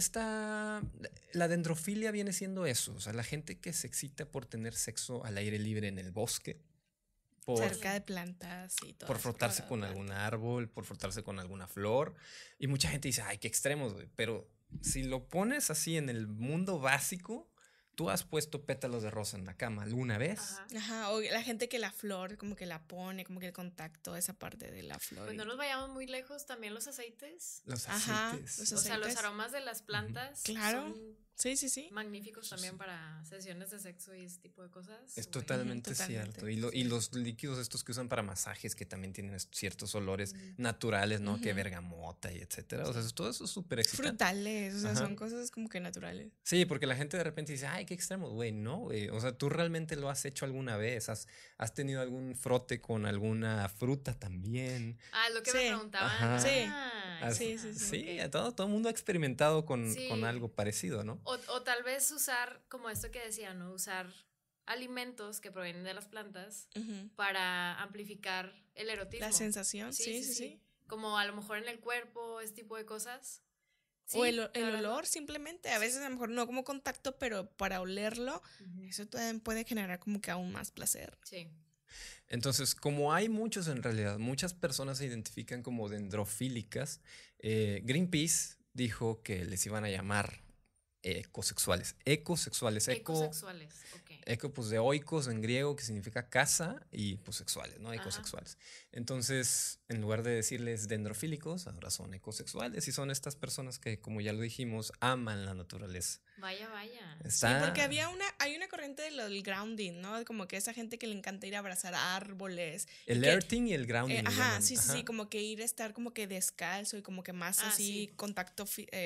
Speaker 3: la dendrofilia viene siendo eso, o sea, la gente que se excita por tener sexo al aire libre en el bosque.
Speaker 2: Cerca de plantas y todo.
Speaker 3: Por frotarse con algún árbol, por frotarse con alguna flor. Y mucha gente dice, ay, qué extremos, güey. Pero si lo pones así en el mundo básico, ¿tú has puesto pétalos de rosa en la cama alguna vez?
Speaker 2: Ajá, o la gente que la flor como que la pone, como que el contacto, esa parte de la flor.
Speaker 4: Pues no nos vayamos muy lejos, también los aceites.
Speaker 3: Los aceites.
Speaker 4: O sea, los aromas de las plantas.
Speaker 2: Claro. Sí.
Speaker 4: Magníficos también para sesiones de sexo y ese tipo de cosas.
Speaker 3: Es totalmente cierto. Y los líquidos estos que usan para masajes, que también tienen ciertos olores naturales, ¿no? Que bergamota y etcétera. O sea, todo eso es súper excitante.
Speaker 2: Frutales, o sea, son cosas como que naturales.
Speaker 3: Sí, porque la gente de repente dice, ay, qué extremo, güey. No, güey. O sea, tú realmente lo has hecho alguna vez. Has tenido algún frote con alguna fruta también.
Speaker 4: Lo que me preguntaban.
Speaker 2: Sí.
Speaker 3: Todo el mundo ha experimentado con algo parecido, ¿no?
Speaker 4: O tal vez usar, como esto que decía, ¿no? Usar alimentos que provienen de las plantas para amplificar el erotismo.
Speaker 2: La sensación, sí.
Speaker 4: Como a lo mejor en el cuerpo, ese tipo de cosas.
Speaker 2: Sí, o el olor simplemente, a veces a lo mejor no como contacto, pero para olerlo, eso también puede generar como que aún más placer.
Speaker 4: Sí.
Speaker 3: Entonces, como hay muchos en realidad, muchas personas se identifican como dendrofílicas, Greenpeace dijo que les iban a llamar ecosexuales. Ecosexuales,
Speaker 4: ok.
Speaker 3: Eco, pues de oikos en griego, que significa casa, y pues sexuales, ¿no? Ecosexuales. Entonces, en lugar de decirles dendrofílicos, ahora son ecosexuales y son estas personas que, como ya lo dijimos, aman la naturaleza.
Speaker 4: Vaya.
Speaker 2: Sí, porque hay una corriente del grounding, ¿no? Como que esa gente que le encanta ir a abrazar árboles.
Speaker 3: El earthing y el grounding.
Speaker 2: Sí, como que ir a estar como que descalzo y como que más contacto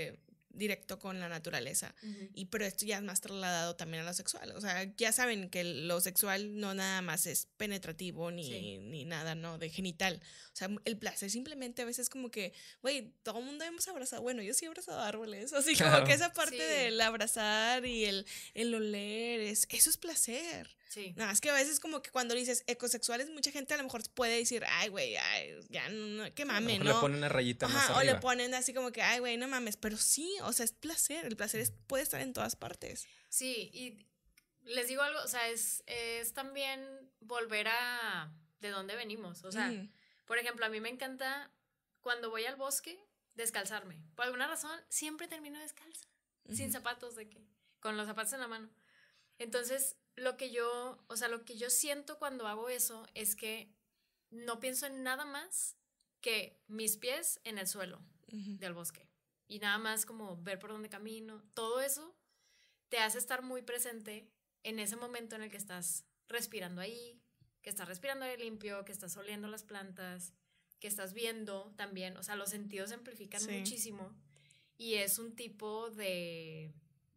Speaker 2: directo con la naturaleza. Pero esto ya es más trasladado también a lo sexual. O sea, ya saben que lo sexual no nada más es penetrativo ni nada, ¿no? De genital. O sea, el placer simplemente a veces como que, güey, todo el mundo hemos abrazado. Bueno, yo sí he abrazado árboles. Así como que esa parte del abrazar y el oler, eso es placer.
Speaker 4: Sí.
Speaker 2: No, es que a veces como que cuando dices ecosexuales, mucha gente a lo mejor puede decir, ay, güey, ya no, qué mame, ¿no?
Speaker 3: Le ponen una rayita más arriba.
Speaker 2: O le ponen así como que, ay, güey, no mames. Pero sí, o sea, es placer. El placer puede estar en todas partes.
Speaker 4: Sí, y les digo algo, o sea, es también volver a de dónde venimos. O sea, por ejemplo, a mí me encanta cuando voy al bosque descalzarme. Por alguna razón, siempre termino descalza, sin zapatos, con los zapatos en la mano. Entonces, lo que yo siento cuando hago eso es que no pienso en nada más que mis pies en el suelo del bosque. Y nada más como ver por dónde camino. Todo eso te hace estar muy presente en ese momento en el que estás respirando ahí, que estás respirando aire limpio, que estás oliendo las plantas, que estás viendo también. O sea, los sentidos se amplifican muchísimo. Y es un tipo de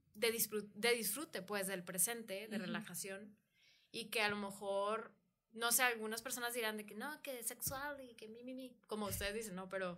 Speaker 4: disfrute, pues, del presente, de relajación, y que a lo mejor, no sé, algunas personas dirán de que no, que es sexual y que como ustedes dicen, ¿no? Pero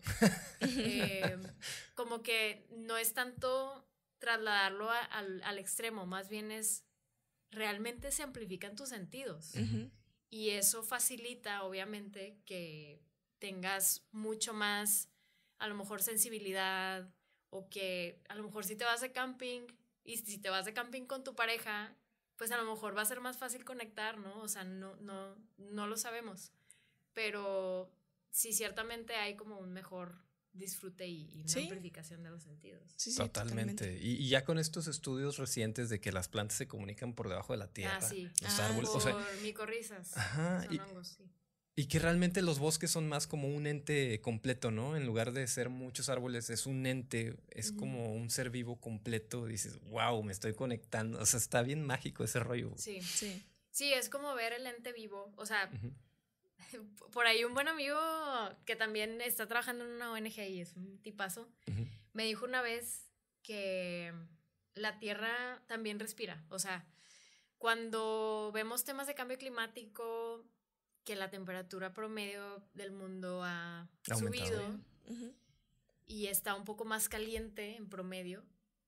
Speaker 4: como que no es tanto trasladarlo al extremo, más bien es, realmente se amplifican tus sentidos, y eso facilita, obviamente, que tengas mucho más, a lo mejor, sensibilidad, o que a lo mejor si te vas de camping, y si te vas de camping con tu pareja, pues a lo mejor va a ser más fácil conectar, ¿no? O sea, no lo sabemos. Pero sí, ciertamente hay como un mejor disfrute y una amplificación de los sentidos.
Speaker 3: Sí, totalmente. Y ya con estos estudios recientes de que las plantas se comunican por debajo de la tierra. Los árboles.
Speaker 4: Por micorrizas. Son hongos, sí.
Speaker 3: Y que realmente los bosques son más como un ente completo, ¿no? En lugar de ser muchos árboles, es un ente, es como un ser vivo completo. Dices, wow, me estoy conectando. O sea, está bien mágico ese rollo.
Speaker 4: Sí. Sí, es como ver el ente vivo. O sea, por ahí un buen amigo que también está trabajando en una ONG y es un tipazo, me dijo una vez que la Tierra también respira. O sea, cuando vemos temas de cambio climático, que la temperatura promedio del mundo ha subido y está un poco más caliente en promedio,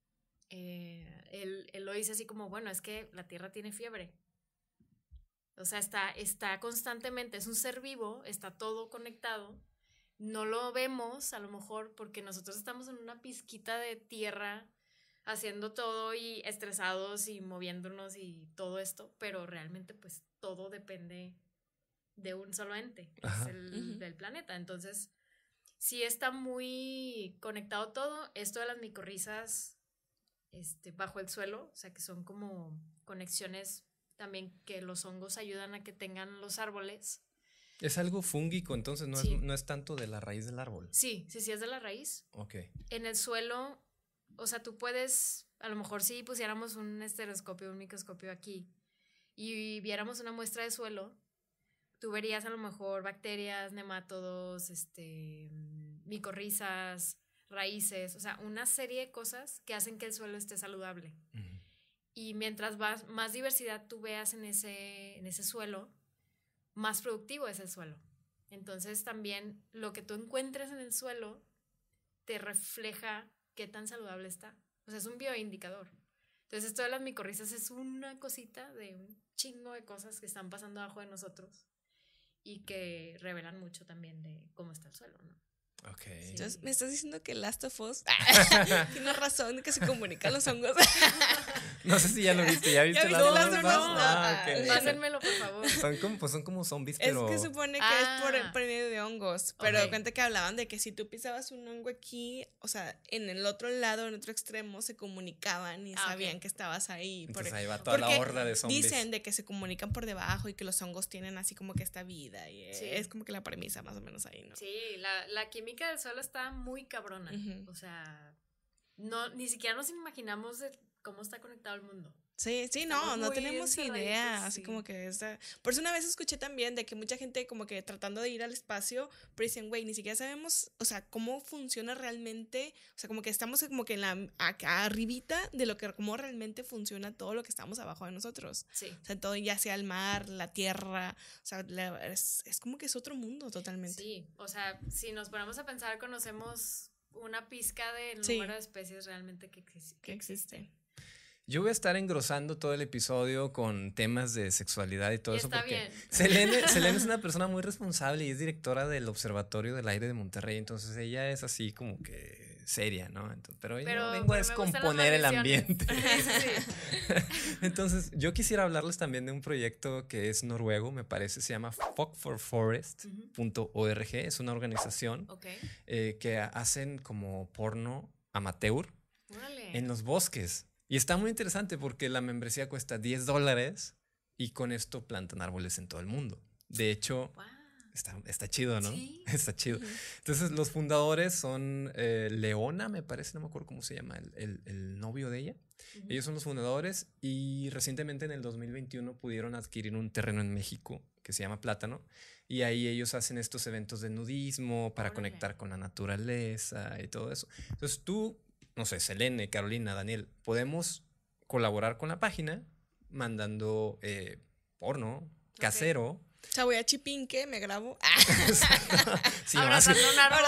Speaker 4: él lo dice así como, bueno, es que la Tierra tiene fiebre. O sea, está constantemente, es un ser vivo, está todo conectado. No lo vemos, a lo mejor, porque nosotros estamos en una pizquita de tierra haciendo todo y estresados y moviéndonos y todo esto, pero realmente pues todo depende de un solo ente, que es el del planeta. Entonces, sí está muy conectado todo. Esto de las micorrizas bajo el suelo, o sea, que son como conexiones también que los hongos ayudan a que tengan los árboles.
Speaker 3: Es algo fúngico, entonces no es tanto de la raíz del árbol.
Speaker 4: Sí, es de la raíz.
Speaker 3: Ok.
Speaker 4: En el suelo, o sea, tú puedes, a lo mejor si pusiéramos un estereoscopio, un microscopio aquí y viéramos una muestra de suelo, tú verías a lo mejor bacterias, nemátodos, micorrizas, raíces, o sea, una serie de cosas que hacen que el suelo esté saludable. Y mientras más diversidad tú veas en ese suelo, más productivo es el suelo. Entonces también lo que tú encuentres en el suelo te refleja qué tan saludable está. O sea, es un bioindicador. Entonces esto de las micorrizas es una cosita de un chingo de cosas que están pasando abajo de nosotros y que revelan mucho también de cómo está el suelo, ¿no?
Speaker 3: Ok.
Speaker 4: Sí.
Speaker 2: Entonces, ¿me estás diciendo que Last of Us tiene razón que se comunican los hongos?
Speaker 3: No sé si ya lo viste, ¿ya viste
Speaker 2: ¿Ya viste
Speaker 3: Last of
Speaker 2: Last
Speaker 3: Us?
Speaker 2: of Us? No.
Speaker 3: Ok.
Speaker 4: Pásenmelo, por favor.
Speaker 3: Son como zombies,
Speaker 2: Es
Speaker 3: pero...
Speaker 2: que supone que es por medio de hongos, pero cuenta que hablaban de que si tú pisabas un hongo aquí, o sea, en el otro lado, en otro extremo, se comunicaban y sabían que estabas ahí.
Speaker 3: Entonces ahí va toda la horda de zombies.
Speaker 2: Dicen de que se comunican por debajo y que los hongos tienen así como que esta vida y es como que la premisa más o menos ahí, ¿no?
Speaker 4: Sí, la química del suelo está muy cabrona. O sea, no, ni siquiera nos imaginamos de cómo está conectado el mundo.
Speaker 2: Sí, no tenemos idea, así como que esta... Por eso una vez escuché también de que mucha gente como que tratando de ir al espacio, pero dicen, güey, ni siquiera sabemos, o sea, cómo funciona realmente, o sea, como que estamos como que acá arribita de lo que, cómo realmente funciona todo lo que estamos abajo de nosotros.
Speaker 4: Sí.
Speaker 2: O sea, todo ya sea el mar, la tierra, o sea, es como que es otro mundo totalmente.
Speaker 4: Sí, o sea, si nos ponemos a pensar, conocemos una pizca del número de especies realmente que existen.
Speaker 3: Yo voy a estar engrosando todo el episodio con temas de sexualidad y todo eso
Speaker 4: está
Speaker 3: porque
Speaker 4: bien.
Speaker 3: Selene es una persona muy responsable y es directora del Observatorio del Aire de Monterrey, entonces ella es así como que seria, ¿no? Entonces, pero yo vengo a descomponer el ambiente.
Speaker 4: Sí.
Speaker 3: Entonces, yo quisiera hablarles también de un proyecto que es noruego, me parece, se llama fuckforforest.org, es una organización que hacen como porno amateur en los bosques. Y está muy interesante porque la membresía cuesta $10 y con esto plantan árboles en todo el mundo. De hecho, está chido, ¿no? Sí. Está chido. Entonces, los fundadores son Leona, me parece, no me acuerdo cómo se llama, el novio de ella. Ellos son los fundadores y recientemente en el 2021 pudieron adquirir un terreno en México que se llama Plátano y ahí ellos hacen estos eventos de nudismo para conectar con la naturaleza y todo eso. Entonces, tú... no sé, Selene, Carolina, Daniel, podemos colaborar con la página mandando porno casero.
Speaker 2: O sea, voy a Chipinque, me grabo.
Speaker 3: Sí,
Speaker 4: abrazando un árbol.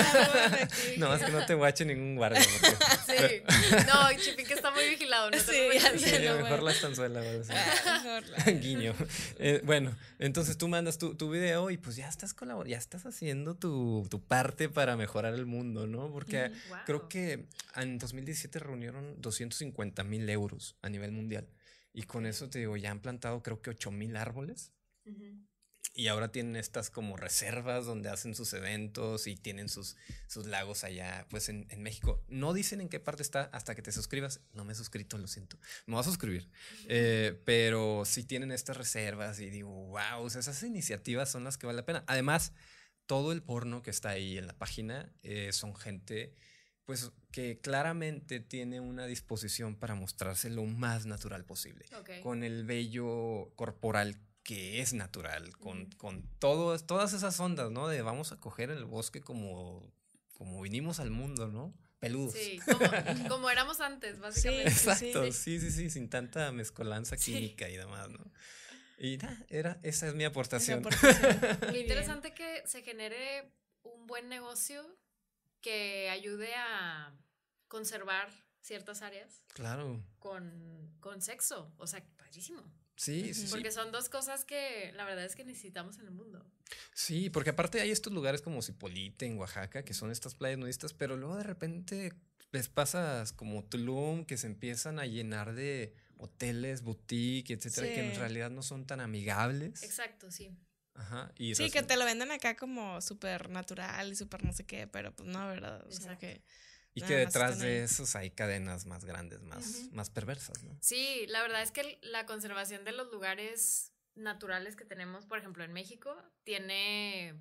Speaker 3: No, es que no te guache ningún guardia.
Speaker 4: Sí. No, Chipinque está muy vigilado. No
Speaker 3: mejor la estanzuela. Guiño. Bueno, entonces tú mandas tu video y pues ya estás colaborando, ya estás haciendo tu parte para mejorar el mundo, ¿no? Porque creo que en 2017 reunieron 250,000 euros a nivel mundial. Y con eso te digo, ya han plantado creo que 8,000 árboles. Y ahora tienen estas como reservas donde hacen sus eventos y tienen sus lagos allá, pues en México. No dicen en qué parte está hasta que te suscribas. No me he suscrito, lo siento. Me voy a suscribir. Pero sí tienen estas reservas y digo, wow, o sea, esas iniciativas son las que vale la pena. Además, todo el porno que está ahí en la página son gente pues que claramente tiene una disposición para mostrarse lo más natural posible. Con el vello corporal que es natural, con todas esas ondas, ¿no? De vamos a coger en el bosque como vinimos al mundo, ¿no? Peludos.
Speaker 4: Sí, como éramos antes, básicamente.
Speaker 3: Sí, exacto, sí, sin tanta mezcolanza química y demás, ¿no? Y esa es mi aportación.
Speaker 4: Lo interesante que se genere un buen negocio que ayude a conservar ciertas áreas.
Speaker 3: Claro.
Speaker 4: Con sexo, o sea, padrísimo.
Speaker 3: Sí.
Speaker 4: Porque son dos cosas que la verdad es que necesitamos en el mundo.
Speaker 3: Sí, porque aparte hay estos lugares como Zipolite en Oaxaca, que son estas playas nudistas, pero luego de repente les pasas como Tulum, que se empiezan a llenar de hoteles, boutique, etcétera, que en realidad no son tan amigables.
Speaker 4: Exacto, sí.
Speaker 3: Ajá.
Speaker 2: Sí, que te lo venden acá como súper natural y súper no sé qué, pero pues no, ¿verdad? O sea que...
Speaker 3: Y que detrás de esos hay cadenas más grandes, más perversas, ¿no?
Speaker 4: Sí, la verdad es que la conservación de los lugares naturales que tenemos, por ejemplo, en México, tiene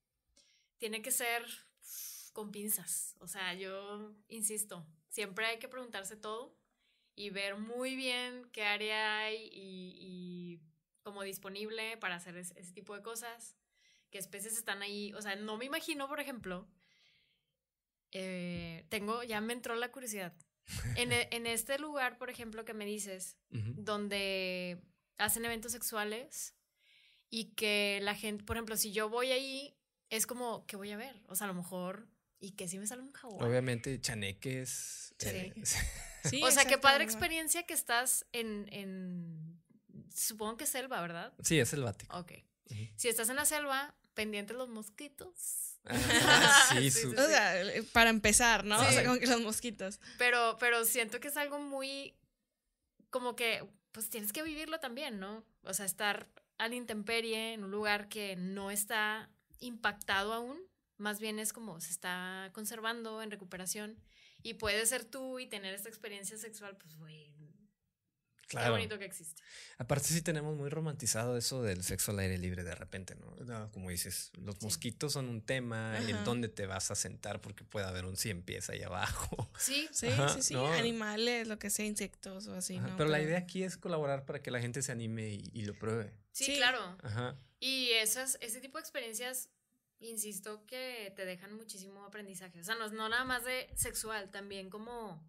Speaker 4: que ser con pinzas. O sea, yo insisto, siempre hay que preguntarse todo y ver muy bien qué área hay y como disponible para hacer ese tipo de cosas, qué especies están ahí. O sea, no me imagino, por ejemplo... ya me entró la curiosidad. En este lugar, por ejemplo, que me dices, donde hacen eventos sexuales y que la gente, por ejemplo, si yo voy ahí, es como, ¿qué voy a ver? O sea, a lo mejor, y que sí me sale un jaguar.
Speaker 3: Obviamente, chaneques.
Speaker 4: Sí.
Speaker 2: Sí,
Speaker 4: O sea, qué
Speaker 2: exacto,
Speaker 4: padre
Speaker 2: igual.
Speaker 4: experiencia que estás supongo que selva, ¿verdad?
Speaker 3: Sí, es selvático.
Speaker 4: Ok.
Speaker 3: Ujú.
Speaker 4: Si estás en la selva, pendientes los mosquitos.
Speaker 3: Sí,
Speaker 4: Sí, sí,
Speaker 2: O sea, para empezar, ¿no?
Speaker 4: Sí.
Speaker 2: O sea, como que los mosquitos.
Speaker 4: Pero siento que es algo muy, como que, pues tienes que vivirlo también, ¿no? O sea, estar a la intemperie en un lugar que no está impactado aún, más bien es como se está conservando en recuperación y puedes ser tú y tener esta experiencia sexual, pues, güey, qué
Speaker 3: Claro.
Speaker 4: bonito que existe.
Speaker 3: Aparte sí tenemos muy romantizado eso del sexo al aire libre de repente, ¿no? No, como dices, los
Speaker 4: Sí.
Speaker 3: mosquitos son un tema,
Speaker 2: Ajá.
Speaker 3: en dónde te vas a sentar porque puede haber un 100 pies ahí abajo.
Speaker 4: Sí,
Speaker 2: Sí,
Speaker 3: Ajá,
Speaker 2: sí, sí.
Speaker 3: ¿no?
Speaker 2: Animales, lo que sea, insectos o así,
Speaker 3: Ajá,
Speaker 2: ¿no?
Speaker 3: pero la idea aquí es colaborar para que la gente se anime y lo pruebe.
Speaker 4: sí,
Speaker 2: Sí.
Speaker 4: claro.
Speaker 3: Ajá.
Speaker 4: Y ese tipo de experiencias, insisto, que te dejan muchísimo aprendizaje. O sea, no nada más de sexual, también como,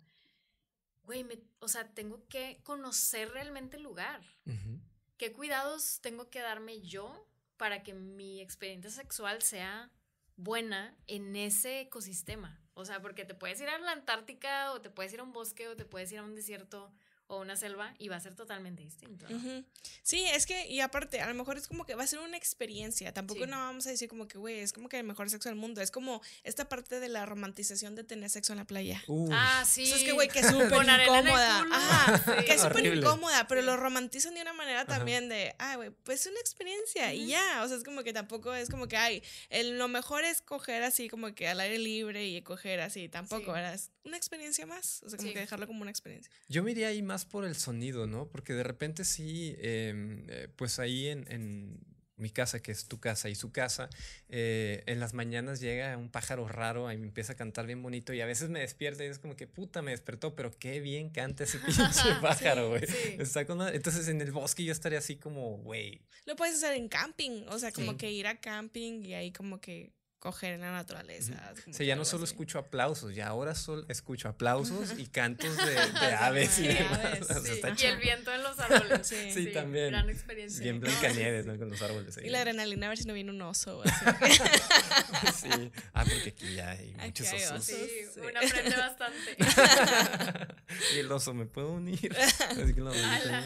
Speaker 4: güey, o sea, tengo que conocer realmente el lugar.
Speaker 3: Ujú.
Speaker 4: ¿Qué cuidados tengo que darme yo para que mi experiencia sexual sea buena en ese ecosistema? O sea, porque te puedes ir a la Antártica o te puedes ir a un bosque o te puedes ir a un desierto o una selva y va a ser totalmente distinto, ¿no?
Speaker 2: Ujú. Sí, es que, y aparte, a lo mejor es como que va a ser una experiencia. Tampoco
Speaker 4: Sí.
Speaker 2: no vamos a decir como que, güey, es como que el mejor sexo del mundo. Es como esta parte de la romantización de tener sexo en la playa.
Speaker 3: Uy,
Speaker 4: Ah, sí.
Speaker 2: O sea, es que, güey, que es súper
Speaker 4: Con arena en el
Speaker 2: incómoda.
Speaker 4: culo.
Speaker 2: Ajá,
Speaker 4: Sí.
Speaker 2: que es súper
Speaker 3: Horrible.
Speaker 2: incómoda, pero
Speaker 4: Sí.
Speaker 2: lo romantizan de una manera
Speaker 3: Ajá.
Speaker 2: también de, ay, güey, pues es una experiencia y
Speaker 4: Ujú.
Speaker 2: ya. O sea, es como que tampoco es como que, ay, lo mejor es coger así como que al aire libre y coger así. Tampoco,
Speaker 4: Sí.
Speaker 2: ¿verdad? Es una experiencia más. O sea, como
Speaker 4: Sí.
Speaker 2: que dejarlo como una experiencia.
Speaker 3: yo me iría ahí más por el sonido, ¿no? Porque de repente sí, pues ahí en mi casa, que es tu casa y su casa, en las mañanas llega un pájaro raro y me empieza a cantar bien bonito y a veces me despierta y es como que puta, me despertó, pero qué bien canta ese pinche pájaro, güey.
Speaker 4: Sí.
Speaker 3: Está entonces en el bosque yo estaría así como, güey.
Speaker 2: Lo puedes hacer en camping. O sea, como
Speaker 3: Sí.
Speaker 2: que ir a camping y ahí como que coger en la naturaleza.
Speaker 3: Ujú.
Speaker 2: como
Speaker 3: O sea,
Speaker 2: que
Speaker 3: ya no
Speaker 2: algo
Speaker 3: solo
Speaker 2: así.
Speaker 3: escucho aplausos, ya ahora solo escucho aplausos y cantos de aves y
Speaker 2: Sí,
Speaker 3: demás.
Speaker 2: aves,
Speaker 3: O sea,
Speaker 2: sí.
Speaker 3: está
Speaker 4: Y el
Speaker 3: chido.
Speaker 4: viento en los árboles.
Speaker 2: Sí.
Speaker 3: Sí, también.
Speaker 4: Gran experiencia.
Speaker 3: Bien
Speaker 4: No,
Speaker 3: Blancanieves,
Speaker 4: sí,
Speaker 3: ¿no?
Speaker 4: sí.
Speaker 3: Con los árboles ahí.
Speaker 2: Y la adrenalina a ver si no viene un oso. o así.
Speaker 3: Sí. Ah, porque aquí ya hay
Speaker 2: Aquí
Speaker 3: muchos
Speaker 2: hay
Speaker 3: osos.
Speaker 2: osos.
Speaker 4: Sí,
Speaker 2: Sí.
Speaker 4: uno aprende bastante.
Speaker 3: Y el oso, ¿me puedo unir? Así que lo
Speaker 4: Ala.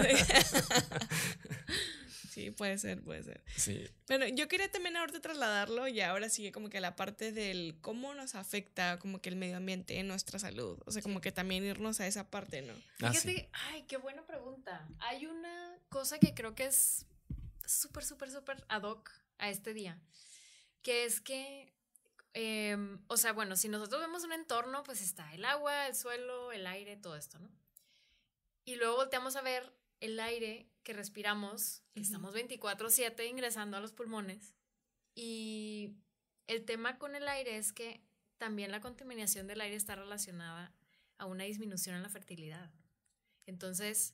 Speaker 2: Sí, puede ser, puede ser.
Speaker 3: Sí.
Speaker 2: Bueno, yo quería también ahorita trasladarlo y ahora sigue como que la parte del cómo nos afecta como que el medio ambiente en nuestra salud. O sea, como
Speaker 4: Sí.
Speaker 2: que también irnos a esa parte, ¿no?
Speaker 3: Ah,
Speaker 4: Fíjate,
Speaker 3: sí.
Speaker 4: ay, qué buena pregunta. Hay una cosa que creo que es súper, súper, súper ad hoc a este día, que es que, o sea, bueno, si nosotros vemos un entorno, pues está el agua, el suelo, el aire, todo esto, ¿no? Y luego volteamos a ver el aire que respiramos, que
Speaker 2: Ujú.
Speaker 4: estamos 24/7 ingresando a los pulmones. Y el tema con el aire es que también la contaminación del aire está relacionada a una disminución en la fertilidad. Entonces,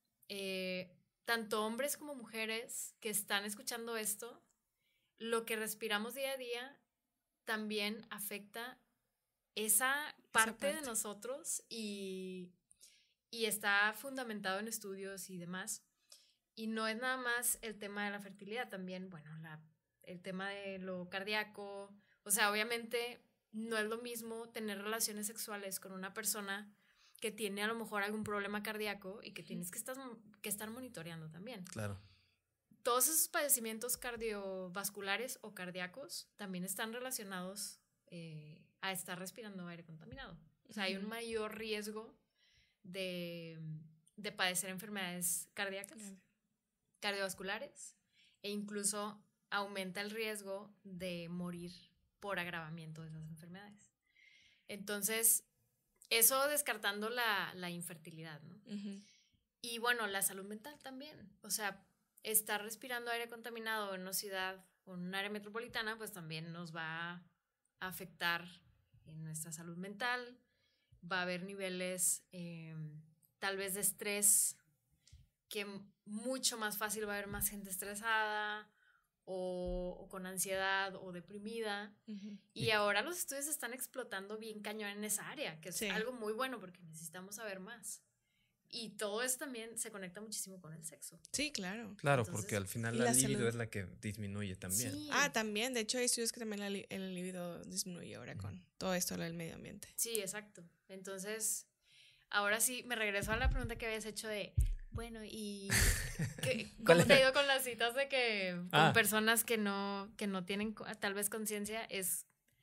Speaker 4: tanto hombres como mujeres que están escuchando esto, lo que respiramos día a día también afecta esa parte de
Speaker 2: parte.
Speaker 4: nosotros y está fundamentado en estudios y demás. Y no es nada más el tema de la fertilidad, también, bueno, el tema de lo cardíaco. O sea, obviamente no es lo mismo tener relaciones sexuales con una persona que tiene a lo mejor algún problema cardíaco y que tienes que estar monitoreando también.
Speaker 3: Claro.
Speaker 4: Todos esos padecimientos cardiovasculares o cardíacos también están relacionados a estar respirando aire contaminado. O sea, hay un
Speaker 2: Ujú.
Speaker 4: mayor riesgo de padecer enfermedades cardíacas, cardiovasculares, e incluso aumenta el riesgo de morir por agravamiento de esas enfermedades. Entonces, eso descartando la infertilidad, ¿no?
Speaker 2: Ujú.
Speaker 4: Y bueno, la salud mental también. O sea, estar respirando aire contaminado en una ciudad o en un área metropolitana, pues también nos va a afectar en nuestra salud mental. Va a haber niveles tal vez de estrés, que mucho más fácil va a haber más gente estresada o con ansiedad o deprimida.
Speaker 2: Ujú.
Speaker 4: Y ahora los estudios están explotando bien cañón en esa área, que es
Speaker 2: Sí.
Speaker 4: algo muy bueno porque necesitamos saber más. Y todo eso también se conecta muchísimo con el sexo.
Speaker 2: Sí, claro.
Speaker 3: Claro,
Speaker 4: Entonces,
Speaker 3: porque al final
Speaker 2: y
Speaker 3: la
Speaker 2: la
Speaker 3: libido
Speaker 2: salud.
Speaker 3: es la que disminuye también.
Speaker 4: Sí.
Speaker 2: Ah, también. De hecho, hay estudios que también el libido disminuye ahora con todo esto del medio ambiente.
Speaker 4: Sí, exacto. Entonces, ahora sí, me regreso a la pregunta que habías hecho de, bueno, ¿y cómo te ha ido con las citas de que con personas que no tienen tal vez conciencia? Es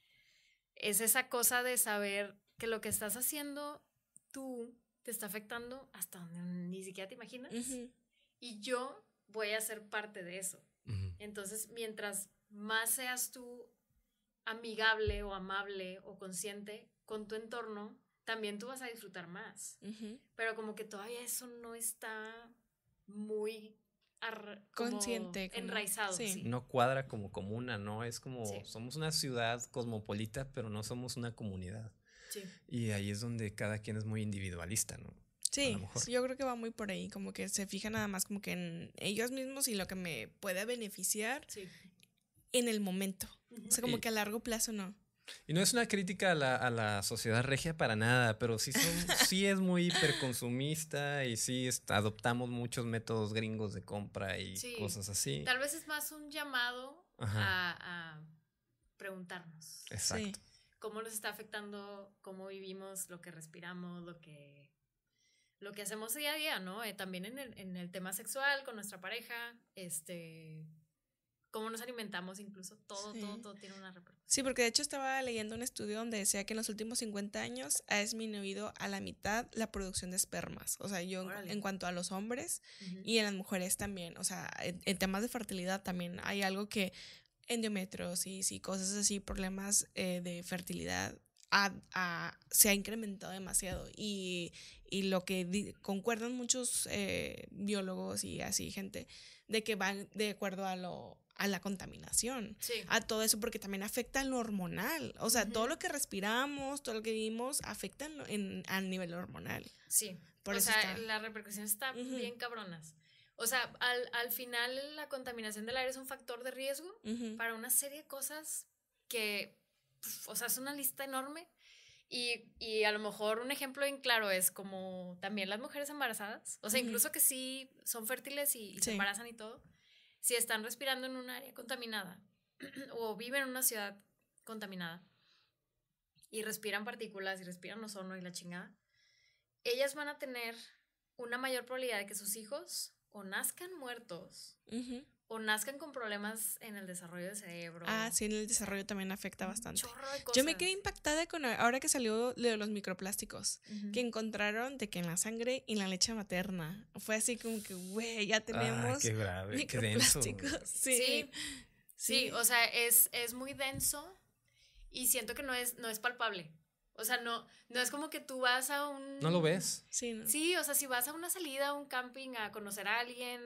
Speaker 4: esa cosa de saber que lo que estás haciendo tú te está afectando hasta donde ni siquiera te imaginas. Y yo voy a ser parte de eso. Entonces, mientras más seas tú amigable o amable o consciente con tu entorno, también tú vas a disfrutar más. Pero como que todavía eso no está muy
Speaker 2: consciente, como,
Speaker 4: enraizado.
Speaker 2: Sí.
Speaker 3: No cuadra como comuna, ¿no? Es como, somos una ciudad cosmopolita, pero no somos una comunidad.
Speaker 4: Sí.
Speaker 3: Y ahí es donde cada quien es muy individualista, ¿no?
Speaker 2: Sí, yo creo que va muy por ahí, como que se fija nada más como que en ellos mismos y lo que me puede beneficiar en el momento. O sea, como que a largo plazo no.
Speaker 3: Y no es una crítica a la sociedad regia para nada, pero sí es muy hiperconsumista y sí adoptamos muchos métodos gringos de compra y cosas así.
Speaker 4: Tal vez es más un llamado a preguntarnos.
Speaker 3: Exacto.
Speaker 4: ¿Cómo nos está afectando cómo vivimos, lo que respiramos, lo que hacemos día a día, ¿no? También en el tema sexual, con nuestra pareja, cómo nos alimentamos incluso, todo tiene una repercusión.
Speaker 2: Sí, porque de hecho estaba leyendo un estudio donde decía que en los últimos 50 años ha disminuido a la mitad la producción de espermas. O sea, en cuanto a los hombres y en las mujeres también. O sea, en temas de fertilidad también hay algo que endometriosis y cosas así, problemas de fertilidad se ha incrementado demasiado y lo que concuerdan muchos biólogos y así gente de que van de acuerdo a la contaminación, a todo eso, porque también afecta lo hormonal, o sea, todo lo que respiramos, todo lo que vivimos afecta a nivel hormonal.
Speaker 4: Sí, o sea, las repercusiones están bien cabronas. O sea, al final la contaminación del aire es un factor de riesgo para una serie de cosas que, o sea, es una lista enorme. Y a lo mejor un ejemplo bien claro es como también las mujeres embarazadas, o sea, incluso que sí son fértiles y se embarazan y todo, si están respirando en un área contaminada o viven en una ciudad contaminada y respiran partículas y respiran ozono y la chingada, ellas van a tener una mayor probabilidad de que sus hijos o nazcan muertos o nazcan con problemas en el desarrollo del cerebro.
Speaker 2: Sí, en el desarrollo también afecta bastante.
Speaker 4: Chorro de cosas.
Speaker 2: Yo me quedé impactada con ahora que salió lo de los microplásticos, que encontraron de que en la sangre y en la leche materna. Fue así como que, güey, ya tenemos
Speaker 3: qué grave,
Speaker 2: microplásticos.
Speaker 3: Qué denso.
Speaker 4: Sí, o sea, es muy denso y siento que no es palpable. O sea, no es como que tú vas a un...
Speaker 3: ¿No lo ves?
Speaker 2: Sí, ¿no?
Speaker 4: Sí, o sea, si vas a una salida, a un camping, a conocer a alguien,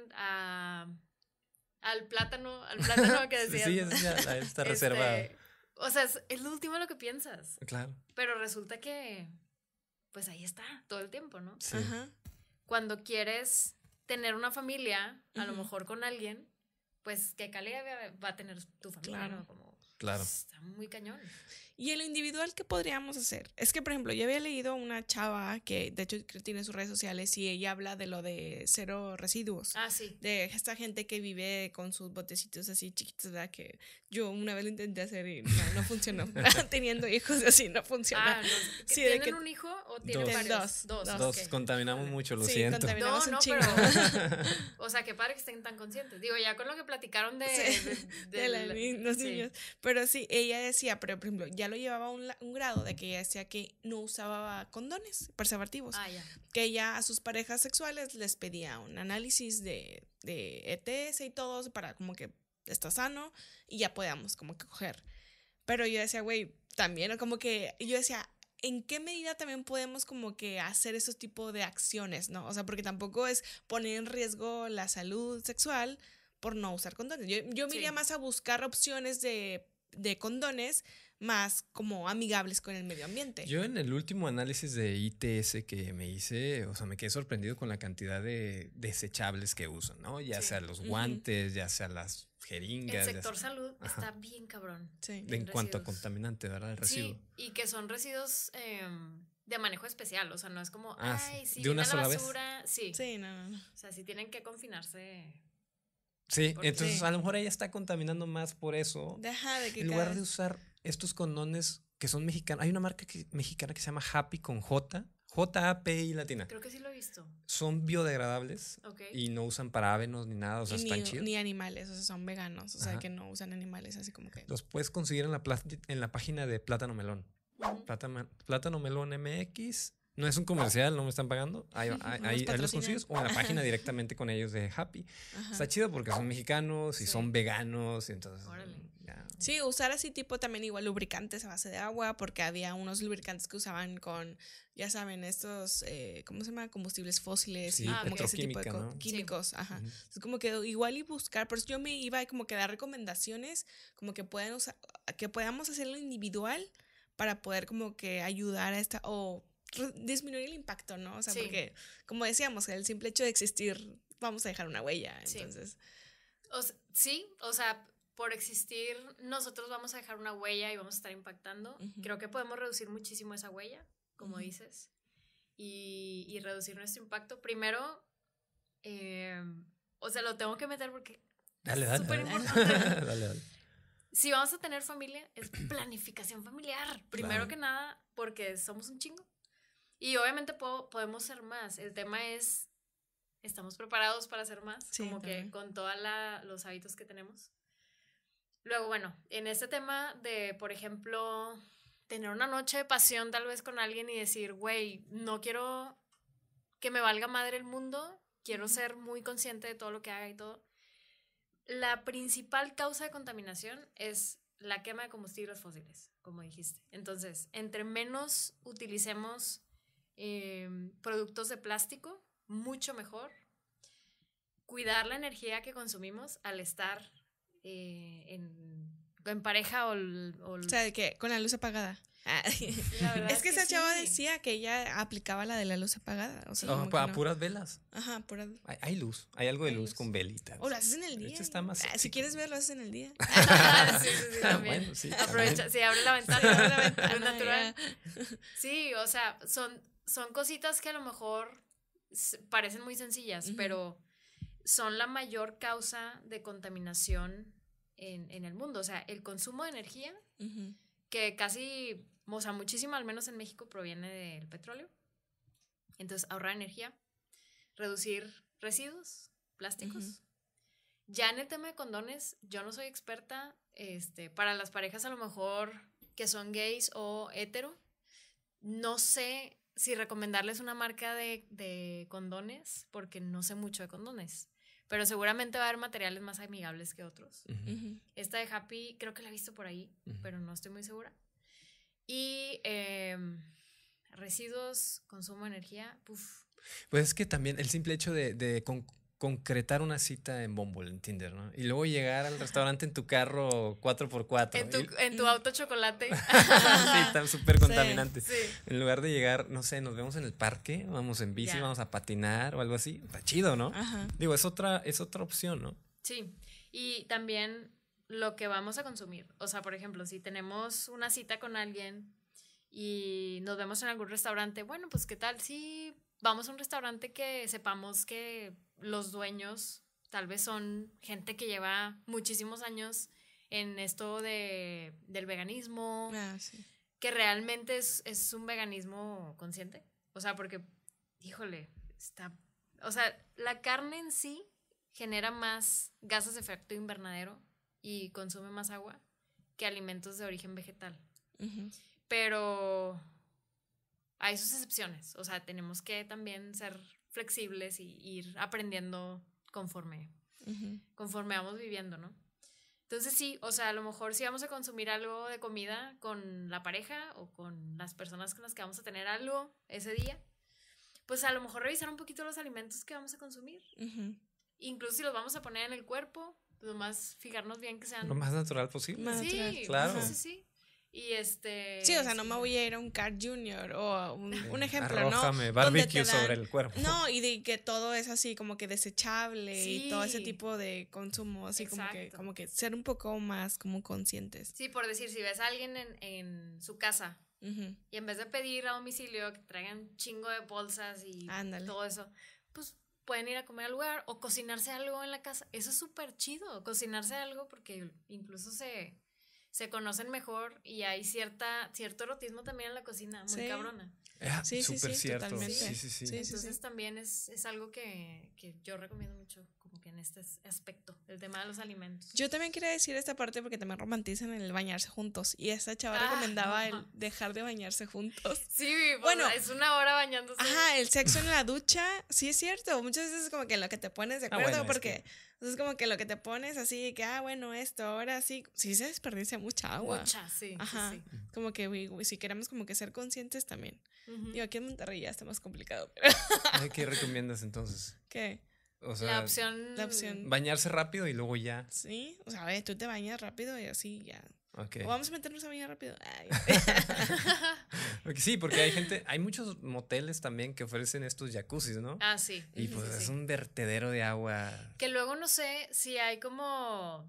Speaker 4: al plátano que decías.
Speaker 3: Sí, está reservado.
Speaker 4: O sea, es lo último lo que piensas.
Speaker 3: Claro.
Speaker 4: Pero resulta que, pues ahí está, todo el tiempo, ¿no?
Speaker 3: Sí.
Speaker 4: Cuando quieres tener una familia, a lo mejor con alguien, pues qué calidad va a tener tu familia, ¿no?
Speaker 3: Claro.
Speaker 4: Está muy cañón.
Speaker 2: Y en lo individual, ¿qué podríamos hacer? Es que, por ejemplo, yo había leído una chava que, de hecho, tiene sus redes sociales y ella habla de lo de cero residuos.
Speaker 4: Sí.
Speaker 2: De esta gente que vive con sus botecitos así chiquitos, ¿verdad? Que yo una vez lo intenté hacer y no funcionó. Teniendo hijos así, no funciona.
Speaker 4: No.
Speaker 2: Sí,
Speaker 4: ¿Tienen un hijo o tienen varios?
Speaker 2: Dos.
Speaker 3: Okay. Contaminamos mucho, lo siento.
Speaker 2: Contaminamos un chingo.
Speaker 4: Pero, o sea, qué padre que estén tan conscientes. Digo, ya con lo que platicaron de
Speaker 2: los niños. Pero sí, ella decía, pero por ejemplo, ya lo llevaba a un grado de que ella decía que no usaba condones, preservativos. Que ella a sus parejas sexuales les pedía un análisis de ETS y todo para como que está sano y ya podamos como que coger. Pero yo decía, güey, también como que yo decía, ¿en qué medida también podemos como que hacer esos tipos de acciones, no? O sea, porque tampoco es poner en riesgo la salud sexual por no usar condones. Yo me iría más a buscar opciones de condones más como amigables con el medio ambiente.
Speaker 3: Yo en el último análisis de ITS que me hice, o sea, me quedé sorprendido con la cantidad de desechables que usan, ¿no? Ya sea los guantes, ya sea las jeringas.
Speaker 4: El sector salud está bien cabrón.
Speaker 2: Sí.
Speaker 3: En cuanto a contaminante, ¿verdad? El residuo.
Speaker 4: Sí, y que son residuos de manejo especial, o sea, no es como,
Speaker 3: de una sola
Speaker 4: basura.
Speaker 3: vez.
Speaker 4: Sí,
Speaker 2: no.
Speaker 4: O sea, sí tienen que confinarse.
Speaker 3: Sí, entonces a lo mejor ella está contaminando más por eso. En lugar de usar estos condones que son mexicanos. Hay una marca mexicana que se llama Happy con J JAPI latina.
Speaker 4: Creo que sí lo he visto.
Speaker 3: Son biodegradables y no usan parabenos ni nada, o sea, están chidos.
Speaker 2: Ni animales, o sea, son veganos, o sea, que no usan animales, así como que...
Speaker 3: Los puedes conseguir en la página de Plátano Melón. Plátano Melón MX. No es un comercial, no me están pagando. Ahí los consigues o en la página directamente con ellos de Happy. Está chido porque son mexicanos y son veganos y entonces...
Speaker 2: Sí, usar así tipo también igual lubricantes a base de agua, porque había unos lubricantes que usaban con, ya saben, estos, ¿cómo se llama? Combustibles fósiles y como que ese tipo de químicos. Sí. Ajá. Entonces como que igual y buscar, por eso yo me iba como que a dar recomendaciones, como que pueden usar, que podamos hacerlo individual para poder como que ayudar a esta, o disminuir el impacto, ¿no? O sea, porque como decíamos, el simple hecho de existir, vamos a dejar una huella, entonces.
Speaker 4: O sea, por existir, nosotros vamos a dejar una huella y vamos a estar impactando. Creo que podemos reducir muchísimo esa huella, como dices, y reducir nuestro impacto. Primero, o sea, lo tengo que meter porque es súper importante. Dale. Si vamos a tener familia, es planificación familiar. Primero que nada, porque somos un chingo. Y obviamente podemos ser más. El tema es, ¿estamos preparados para ser más? Sí, como también. Que con todos los hábitos que tenemos. Luego, bueno, en este tema de, por ejemplo, tener una noche de pasión tal vez con alguien y decir, güey, no quiero que me valga madre el mundo, quiero ser muy consciente de todo lo que haga y todo. La principal causa de contaminación es la quema de combustibles fósiles, como dijiste. Entonces, entre menos utilicemos productos de plástico, mucho mejor. Cuidar la energía que consumimos al estar en pareja o
Speaker 2: sea, de que con la luz apagada. Es que esa chava decía que ella aplicaba la de la luz apagada. O sea,
Speaker 3: para puras velas.
Speaker 2: Ajá, puras.
Speaker 3: Hay luz, hay algo de luz con velitas.
Speaker 2: O lo haces en el día.
Speaker 3: Está más
Speaker 2: si quieres verlo, haces en el día.
Speaker 4: Sí, también. Bueno, sí, aprovecha, sí, abre la ventana. Es natural. Sí, o sea, son cositas que a lo mejor parecen muy sencillas, pero son la mayor causa de contaminación en el mundo. O sea, el consumo de energía, que casi, o sea, muchísimo, al menos en México, proviene del petróleo. Entonces, ahorrar energía, reducir residuos plásticos. Ya en el tema de condones, yo no soy experta. Para las parejas a lo mejor que son gays o hetero, no sé si recomendarles una marca de condones, porque no sé mucho de condones. Pero seguramente va a haber materiales más amigables que otros. Esta de Happy creo que la he visto por ahí, pero no estoy muy segura. Y residuos, consumo de energía, puf.
Speaker 3: Pues es que también el simple hecho de concretar una cita en Bumble, en Tinder, ¿no? Y luego llegar al restaurante en tu carro 4x4.
Speaker 4: En tu auto chocolate.
Speaker 3: Sí, está súper contaminante.
Speaker 4: Sí.
Speaker 3: En lugar de llegar, no sé, nos vemos en el parque, vamos en bici, vamos a patinar o algo así. Está chido, ¿no? Ajá. Digo, es otra opción, ¿no?
Speaker 4: Sí. Y también lo que vamos a consumir. O sea, por ejemplo, si tenemos una cita con alguien y nos vemos en algún restaurante, bueno, pues ¿qué tal si vamos a un restaurante que sepamos que los dueños tal vez son gente que lleva muchísimos años en esto del veganismo, que realmente es un veganismo consciente? O sea, porque, híjole, o sea, la carne en sí genera más gases de efecto invernadero y consume más agua que alimentos de origen vegetal. Pero hay sus excepciones. O sea, tenemos que también ser flexibles y ir aprendiendo conforme vamos viviendo, ¿no? Entonces sí, o sea, a lo mejor si vamos a consumir algo de comida con la pareja o con las personas con las que vamos a tener algo ese día, pues a lo mejor revisar un poquito los alimentos que vamos a consumir. Incluso si los vamos a poner en el cuerpo, pues nomás fijarnos bien que sean
Speaker 3: lo más natural posible.
Speaker 4: Sí,
Speaker 3: claro.
Speaker 4: Sí. Y
Speaker 2: sí, o sea, no me voy a ir a un Carl Jr. o un ejemplo,
Speaker 3: arrójame,
Speaker 2: ¿no?
Speaker 3: barbecue sobre el cuerpo.
Speaker 2: No, y de que todo es así como que desechable y todo ese tipo de consumo, así como que ser un poco más como conscientes.
Speaker 4: Sí, por decir, si ves a alguien en su casa y en vez de pedir a domicilio que traigan chingo de bolsas y todo eso, pues pueden ir a comer al lugar o cocinarse algo en la casa. Eso es súper chido, cocinarse algo, porque incluso se se conocen mejor y hay cierto erotismo también en la cocina, muy cabrona.
Speaker 3: Sí, súper cierto.
Speaker 2: Totalmente.
Speaker 3: Sí.
Speaker 4: Entonces también es algo que yo recomiendo mucho, como que en este aspecto, el tema de los alimentos.
Speaker 2: Yo también quería decir esta parte porque también romantizan el bañarse juntos. Y esta chava recomendaba el dejar de bañarse juntos.
Speaker 4: Sí, bueno, es una hora bañándose.
Speaker 2: Ajá, el sexo en la ducha, sí es cierto. Muchas veces es como que en lo que te pones de acuerdo, porque es como que lo que te pones así, que bueno, esto, ahora sí se desperdicia mucha agua.
Speaker 4: Mucha, sí.
Speaker 2: Ajá,
Speaker 4: sí.
Speaker 2: como que si queremos como que ser conscientes también. Digo, aquí en Monterrey ya está más complicado.
Speaker 3: ¿Qué recomiendas entonces?
Speaker 2: ¿Qué?
Speaker 3: O sea,
Speaker 4: la opción.
Speaker 3: Bañarse rápido y luego ya.
Speaker 2: Sí, o sea, tú te bañas rápido y así ya.
Speaker 3: Okay.
Speaker 2: O vamos a meternos a bañar rápido.
Speaker 3: Sí, porque hay muchos moteles también que ofrecen estos jacuzzis, ¿no?
Speaker 4: Ah, sí.
Speaker 3: Y pues es un vertedero de agua.
Speaker 4: Que luego no sé si hay como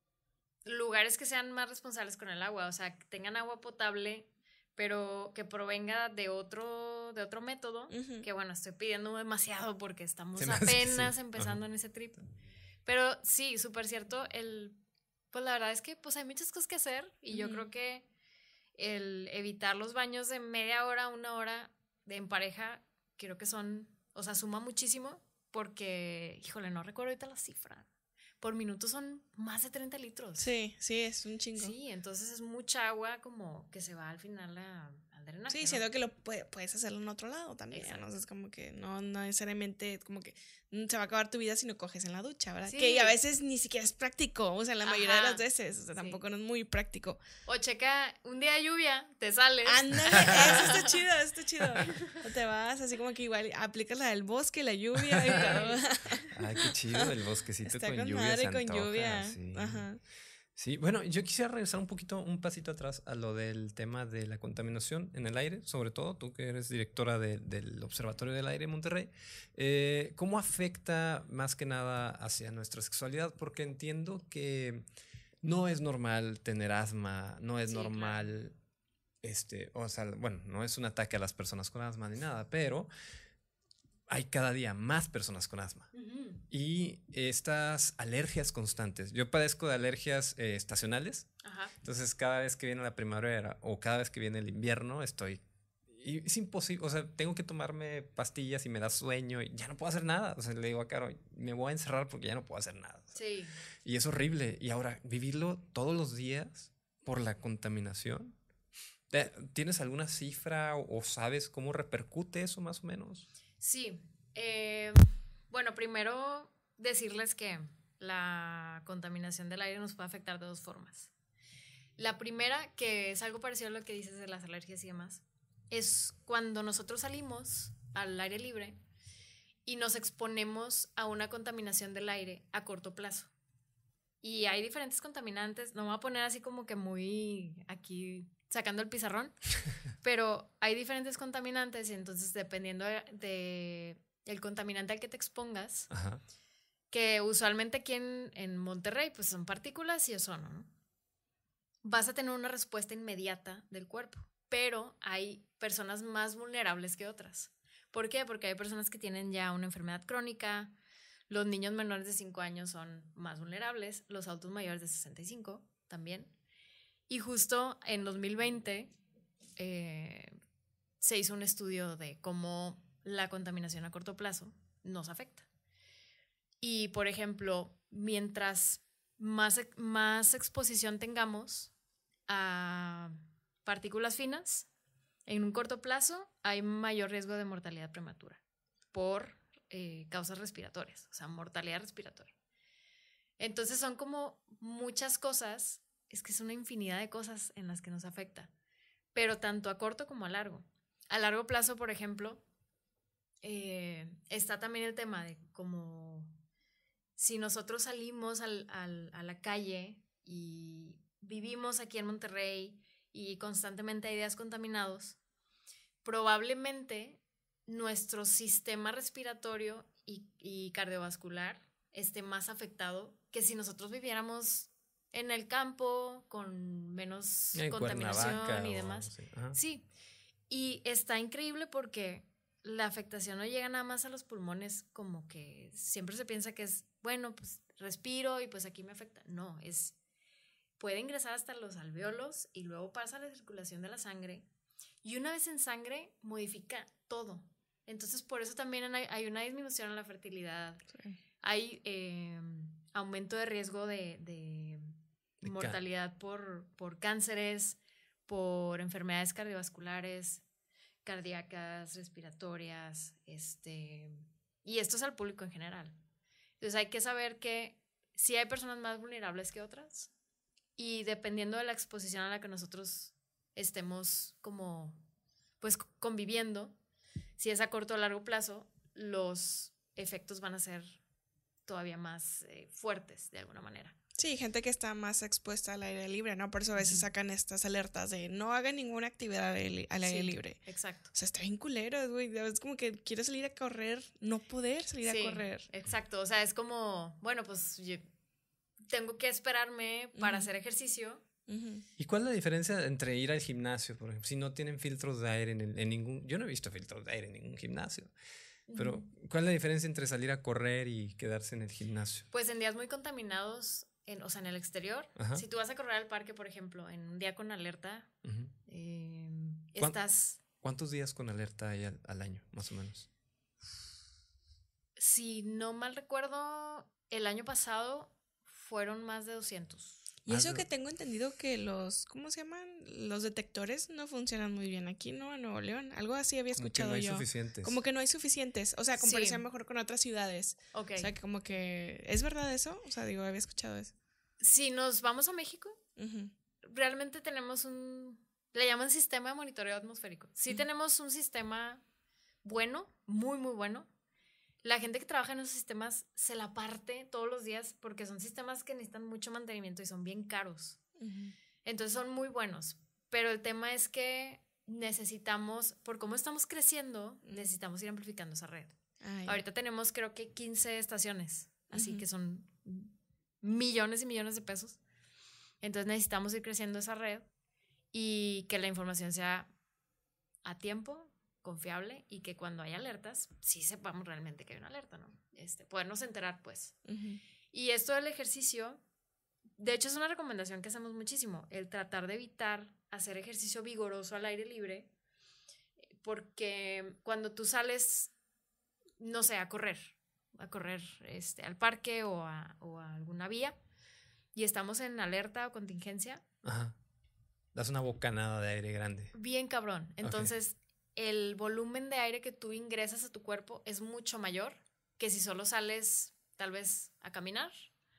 Speaker 4: lugares que sean más responsables con el agua, o sea, que tengan agua potable, pero que provenga de otro método, que bueno, estoy pidiendo demasiado porque estamos apenas empezando en ese trip. Pero sí, súper cierto, pues la verdad es que pues hay muchas cosas que hacer y yo creo que el evitar los baños de media hora, una hora en pareja, creo que suma muchísimo porque, híjole, no recuerdo ahorita la cifra. Por minuto son más de 30 litros.
Speaker 2: Sí, es un chingo.
Speaker 4: Sí, entonces es mucha agua como que se va al final al drenaje.
Speaker 2: Sí, siento que lo puedes hacerlo en otro lado también. Exacto. ¿No? Es como que no necesariamente como que se va a acabar tu vida si no coges en la ducha, ¿verdad? Sí. Que a veces ni siquiera es práctico, o sea, la mayoría de las veces, o sea, tampoco no es muy práctico.
Speaker 4: O checa, un día de lluvia, te sales.
Speaker 2: Ándale, eso está chido. O te vas así como que igual aplicas la del bosque, la lluvia y todo.
Speaker 3: Ay, qué chido el bosquecito
Speaker 2: está
Speaker 3: con lluvia. Se
Speaker 2: con
Speaker 3: antoja,
Speaker 2: lluvia.
Speaker 3: Sí.
Speaker 2: Ajá.
Speaker 3: Sí, bueno, yo quisiera regresar un pasito atrás a lo del tema de la contaminación en el aire, sobre todo tú que eres directora del Observatorio del Aire de Monterrey. ¿Cómo afecta más que nada hacia nuestra sexualidad? Porque entiendo que no es normal tener asma, no es normal, claro. O sea, bueno, no es un ataque a las personas con asma ni nada, pero hay cada día más personas con asma. Y estas alergias constantes. Yo padezco de alergias estacionales. Ajá. Entonces, cada vez que viene la primavera o cada vez que viene el invierno, y es imposible. O sea, tengo que tomarme pastillas y me da sueño y ya no puedo hacer nada. O sea, le digo a Caro, me voy a encerrar porque ya no puedo hacer nada.
Speaker 4: Sí.
Speaker 3: Y es horrible. Y ahora, vivirlo todos los días por la contaminación. ¿Tienes alguna cifra o sabes cómo repercute eso más o menos?
Speaker 4: Sí. Bueno, primero decirles que la contaminación del aire nos puede afectar de dos formas. La primera, que es algo parecido a lo que dices de las alergias y demás, es cuando nosotros salimos al aire libre y nos exponemos a una contaminación del aire a corto plazo. Y hay diferentes contaminantes, no me voy a poner así como que muy aquí sacando el pizarrón, pero hay diferentes contaminantes y entonces dependiendo de el contaminante al que te expongas, ajá, que usualmente aquí en Monterrey pues son partículas y ozono, ¿no? Vas a tener una respuesta inmediata del cuerpo, pero hay personas más vulnerables que otras. ¿Por qué? Porque hay personas que tienen ya una enfermedad crónica, los niños menores de 5 años son más vulnerables, los adultos mayores de 65 también. Y justo en 2020 se hizo un estudio de cómo la contaminación a corto plazo nos afecta. Y, por ejemplo, mientras más exposición tengamos a partículas finas, en un corto plazo hay mayor riesgo de mortalidad prematura por causas respiratorias, o sea, mortalidad respiratoria. Entonces son como muchas cosas, es que es una infinidad de cosas en las que nos afecta, pero tanto a corto como a largo. A largo plazo, por ejemplo, está también el tema de como si nosotros salimos a la calle y vivimos aquí en Monterrey y constantemente hay días contaminados, probablemente nuestro sistema respiratorio y cardiovascular esté más afectado que si nosotros viviéramos en el campo con menos contaminación y demás. Sí, y está increíble porque la afectación no llega nada más a los pulmones, como que siempre se piensa que es, bueno, pues respiro y pues aquí me afecta. No, puede ingresar hasta los alvéolos y luego pasa a la circulación de la sangre. Y una vez en sangre, modifica todo. Entonces, por eso también hay una disminución en la fertilidad. Sí. Hay aumento de riesgo de mortalidad por cánceres, por enfermedades cardiovasculares, cardíacas, respiratorias, y esto es al público en general. Entonces hay que saber que sí hay personas más vulnerables que otras y dependiendo de la exposición a la que nosotros estemos como pues conviviendo, si es a corto o largo plazo, los efectos van a ser todavía más fuertes de alguna manera.
Speaker 2: Sí, gente que está más expuesta al aire libre, ¿no? Por eso a veces sacan estas alertas de no hagan ninguna actividad al aire libre.
Speaker 4: Exacto.
Speaker 2: O sea, está bien culero, güey. Es como que quieres salir a correr, no poder salir a correr.
Speaker 4: Exacto. O sea, es como, bueno, pues yo tengo que esperarme para hacer ejercicio.
Speaker 3: ¿Y cuál es la diferencia entre ir al gimnasio, por ejemplo? Si no tienen filtros de aire en ningún... Yo no he visto filtros de aire en ningún gimnasio. Pero, ¿cuál es la diferencia entre salir a correr y quedarse en el gimnasio?
Speaker 4: Pues en días muy contaminados, en el exterior. Ajá. Si tú vas a correr al parque, por ejemplo, en un día con alerta, estás...
Speaker 3: ¿Cuántos días con alerta hay al año, más o menos?
Speaker 4: Si no mal recuerdo, el año pasado fueron más de 200.
Speaker 2: Y eso que tengo entendido que los, ¿cómo se llaman? Los detectores no funcionan muy bien aquí, ¿no? En Nuevo León. Algo así había escuchado yo.
Speaker 3: Como que no hay suficientes.
Speaker 2: Como que no hay suficientes. O sea, comparación mejor con otras ciudades.
Speaker 4: Okay.
Speaker 2: O sea, que como que... ¿Es verdad eso? O sea, digo, había escuchado eso.
Speaker 4: Si nos vamos a México, realmente tenemos le llaman sistema de monitoreo atmosférico. Sí tenemos un sistema bueno, muy, muy bueno. La gente que trabaja en esos sistemas se la parte todos los días porque son sistemas que necesitan mucho mantenimiento y son bien caros. Entonces son muy buenos. Pero el tema es que necesitamos, por cómo estamos creciendo, necesitamos ir amplificando esa red. Ahorita tenemos creo que 15 estaciones, así que son millones y millones de pesos. Entonces necesitamos ir creciendo esa red y que la información sea a tiempo, confiable y que cuando hay alertas, sí sepamos realmente que hay una alerta, ¿no? Podernos enterar, pues. Y esto del ejercicio, de hecho es una recomendación que hacemos muchísimo, el tratar de evitar hacer ejercicio vigoroso al aire libre, porque cuando tú sales, no sé, a correr al parque o a alguna vía y estamos en alerta o contingencia.
Speaker 3: Ajá. Das una bocanada de aire grande.
Speaker 4: Bien cabrón. Entonces, el volumen de aire que tú ingresas a tu cuerpo es mucho mayor que si solo sales tal vez a caminar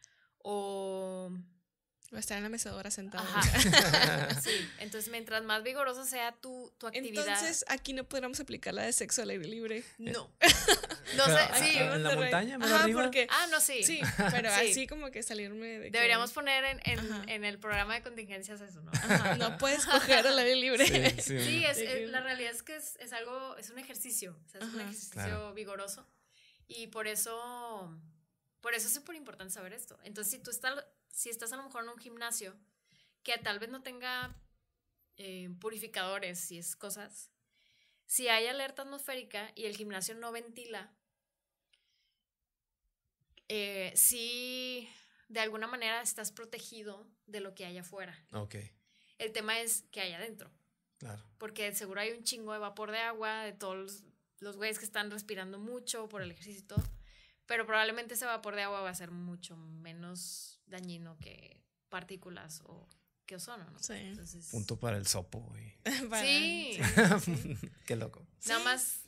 Speaker 4: o
Speaker 2: estar en la mecedora sentado.
Speaker 4: Sí, entonces mientras más vigorosa sea tu actividad.
Speaker 2: Entonces aquí no podríamos aplicar la de sexo al aire libre.
Speaker 4: No. No sé, sí.
Speaker 3: ¿En la montaña? Arriba?
Speaker 2: Porque,
Speaker 4: no, sí.
Speaker 2: Sí, pero así como que salirme de
Speaker 4: deberíamos poner en el programa de contingencias eso, ¿no?
Speaker 2: No puedes coger al aire libre.
Speaker 4: Sí, la realidad es que es algo, es un ejercicio, o sea, es un ejercicio vigoroso y por eso es súper importante saber esto. Entonces, si estás a lo mejor en un gimnasio que tal vez no tenga purificadores y esas cosas, si hay alerta atmosférica y el gimnasio no ventila, sí, de alguna manera estás protegido de lo que hay afuera.
Speaker 3: Okay.
Speaker 4: El tema es que hay adentro.
Speaker 3: Claro.
Speaker 4: Porque seguro hay un chingo de vapor de agua, de todos los güeyes que están respirando mucho por el ejercicio y todo. Pero probablemente ese vapor de agua va a ser mucho menos dañino que partículas o que ozono, ¿no?
Speaker 2: Sí.
Speaker 4: Entonces,
Speaker 3: punto para el sopo, güey.
Speaker 4: Sí.
Speaker 3: Qué loco.
Speaker 4: Nada más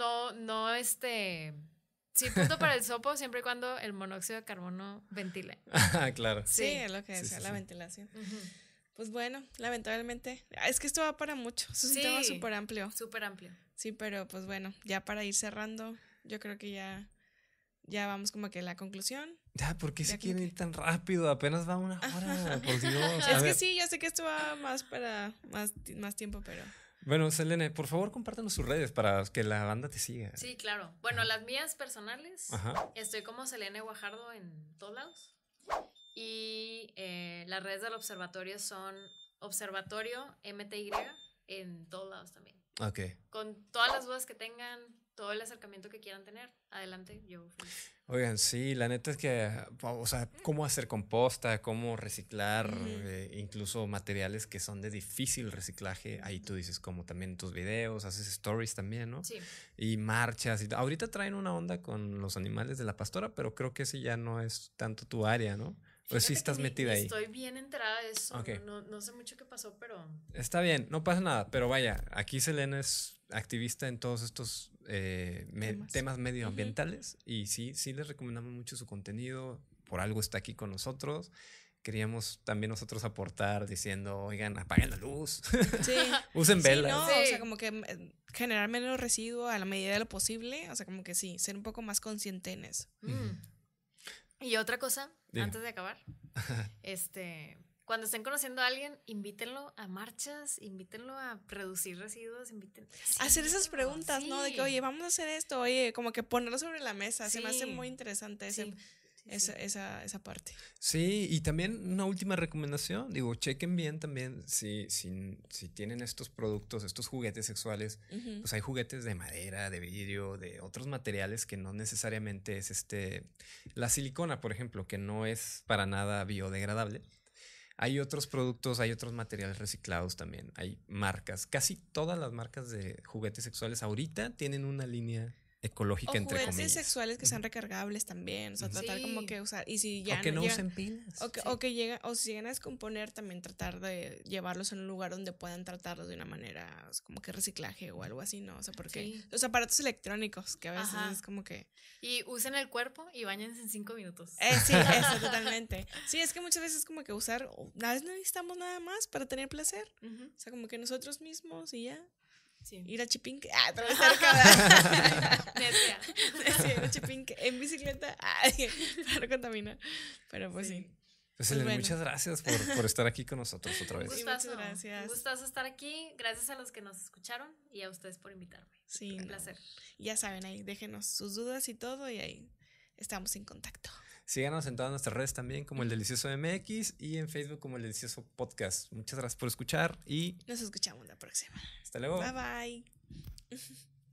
Speaker 4: sí, punto para el sopo siempre y cuando el monóxido de carbono ventile.
Speaker 3: Claro.
Speaker 2: Sí, es lo que decía, la ventilación. Pues bueno, lamentablemente, es que esto va para mucho, es un tema súper amplio.
Speaker 4: Súper amplio.
Speaker 2: Sí, pero pues bueno, ya para ir cerrando, yo creo que ya vamos como que a la conclusión.
Speaker 3: Ya, ¿por qué se quieren ir tan rápido? Apenas va una hora, por Dios.
Speaker 2: Es que sí, yo sé que esto va más para más tiempo, pero...
Speaker 3: Bueno, Selene, por favor, compártanos sus redes para que la banda te siga.
Speaker 4: Sí, claro. Bueno, las mías personales, estoy como Selene Guajardo en todos lados. Y las redes del observatorio son Observatorio MTY en todos lados también.
Speaker 3: Ok.
Speaker 4: Con todas las dudas que tengan, todo el acercamiento que quieran tener, adelante, yo feliz.
Speaker 3: Oigan, sí, la neta es que, o sea, cómo hacer composta, cómo reciclar, incluso materiales que son de difícil reciclaje. Ahí tú dices, como también en tus videos, haces stories también, ¿no?
Speaker 4: Sí.
Speaker 3: Y marchas. Ahorita traen una onda con los animales de la pastora, pero creo que ese ya no es tanto tu área, ¿no? O sí estás metida ahí.
Speaker 4: Estoy bien enterada de eso.
Speaker 3: Ok.
Speaker 4: No sé mucho qué pasó, pero.
Speaker 3: Está bien, no pasa nada, pero vaya, aquí Selena es activista en todos estos temas medioambientales y sí les recomendamos mucho su contenido, por algo está aquí con nosotros. Queríamos también nosotros aportar diciendo, oigan, apaguen la luz,
Speaker 2: Sí.
Speaker 3: usen velas.
Speaker 2: Sí, no,
Speaker 4: Sí.
Speaker 2: o sea, como que generar menos residuo a la medida de lo posible, o sea, como que sí, ser un poco más consciente en eso.
Speaker 4: Y otra cosa,
Speaker 3: Dime.
Speaker 4: antes de acabar, cuando estén conociendo a alguien, invítenlo a marchas, invítenlo a reducir residuos,
Speaker 2: Hacer esas preguntas, ¿no? De que, oye, vamos a hacer esto, oye, como que ponerlo sobre la mesa. Se me hace muy interesante esa parte.
Speaker 3: Sí, y también una última recomendación, digo, chequen bien también si tienen estos productos, estos juguetes sexuales, pues hay juguetes de madera, de vidrio, de otros materiales que no necesariamente es la silicona, por ejemplo, que no es para nada biodegradable. Hay otros productos, hay otros materiales reciclados también, hay marcas, casi todas las marcas de juguetes sexuales ahorita tienen una línea ecológica, entre comillas.
Speaker 2: Juguetes sexuales que sean recargables también, o sea, tratar como que usar, y si ya
Speaker 3: o que no
Speaker 2: llegan,
Speaker 3: usen pilas.
Speaker 2: o que llega, o si llegan a descomponer, también tratar de llevarlos en un lugar donde puedan tratarlos de una manera, o sea, como que reciclaje o algo así, ¿no? O sea, porque los aparatos electrónicos, que a veces es como que...
Speaker 4: Y usen el cuerpo y bañense en 5 minutos.
Speaker 2: Sí, eso, totalmente. Sí, es que muchas veces como que usar, a veces no necesitamos nada más para tener placer. O sea, como que nosotros mismos y ya. Sí. Ir a Chipinque. Otra vez cerca. Sí, ir a Chipinque en bicicleta. Para no contaminar. Pero pues sí.
Speaker 3: Pues muchas gracias por estar aquí con nosotros otra vez.
Speaker 2: Sí, muchas gracias.
Speaker 4: Un gustazo estar aquí. Gracias a los que nos escucharon y a ustedes por invitarme.
Speaker 2: Sí.
Speaker 4: Un placer.
Speaker 2: Ya saben, ahí déjenos sus dudas y todo y ahí estamos en contacto.
Speaker 3: Síganos en todas nuestras redes también como El Delicioso MX y en Facebook como El Delicioso Podcast. Muchas gracias por escuchar y
Speaker 2: nos escuchamos la próxima.
Speaker 3: Hasta luego.
Speaker 2: Bye bye.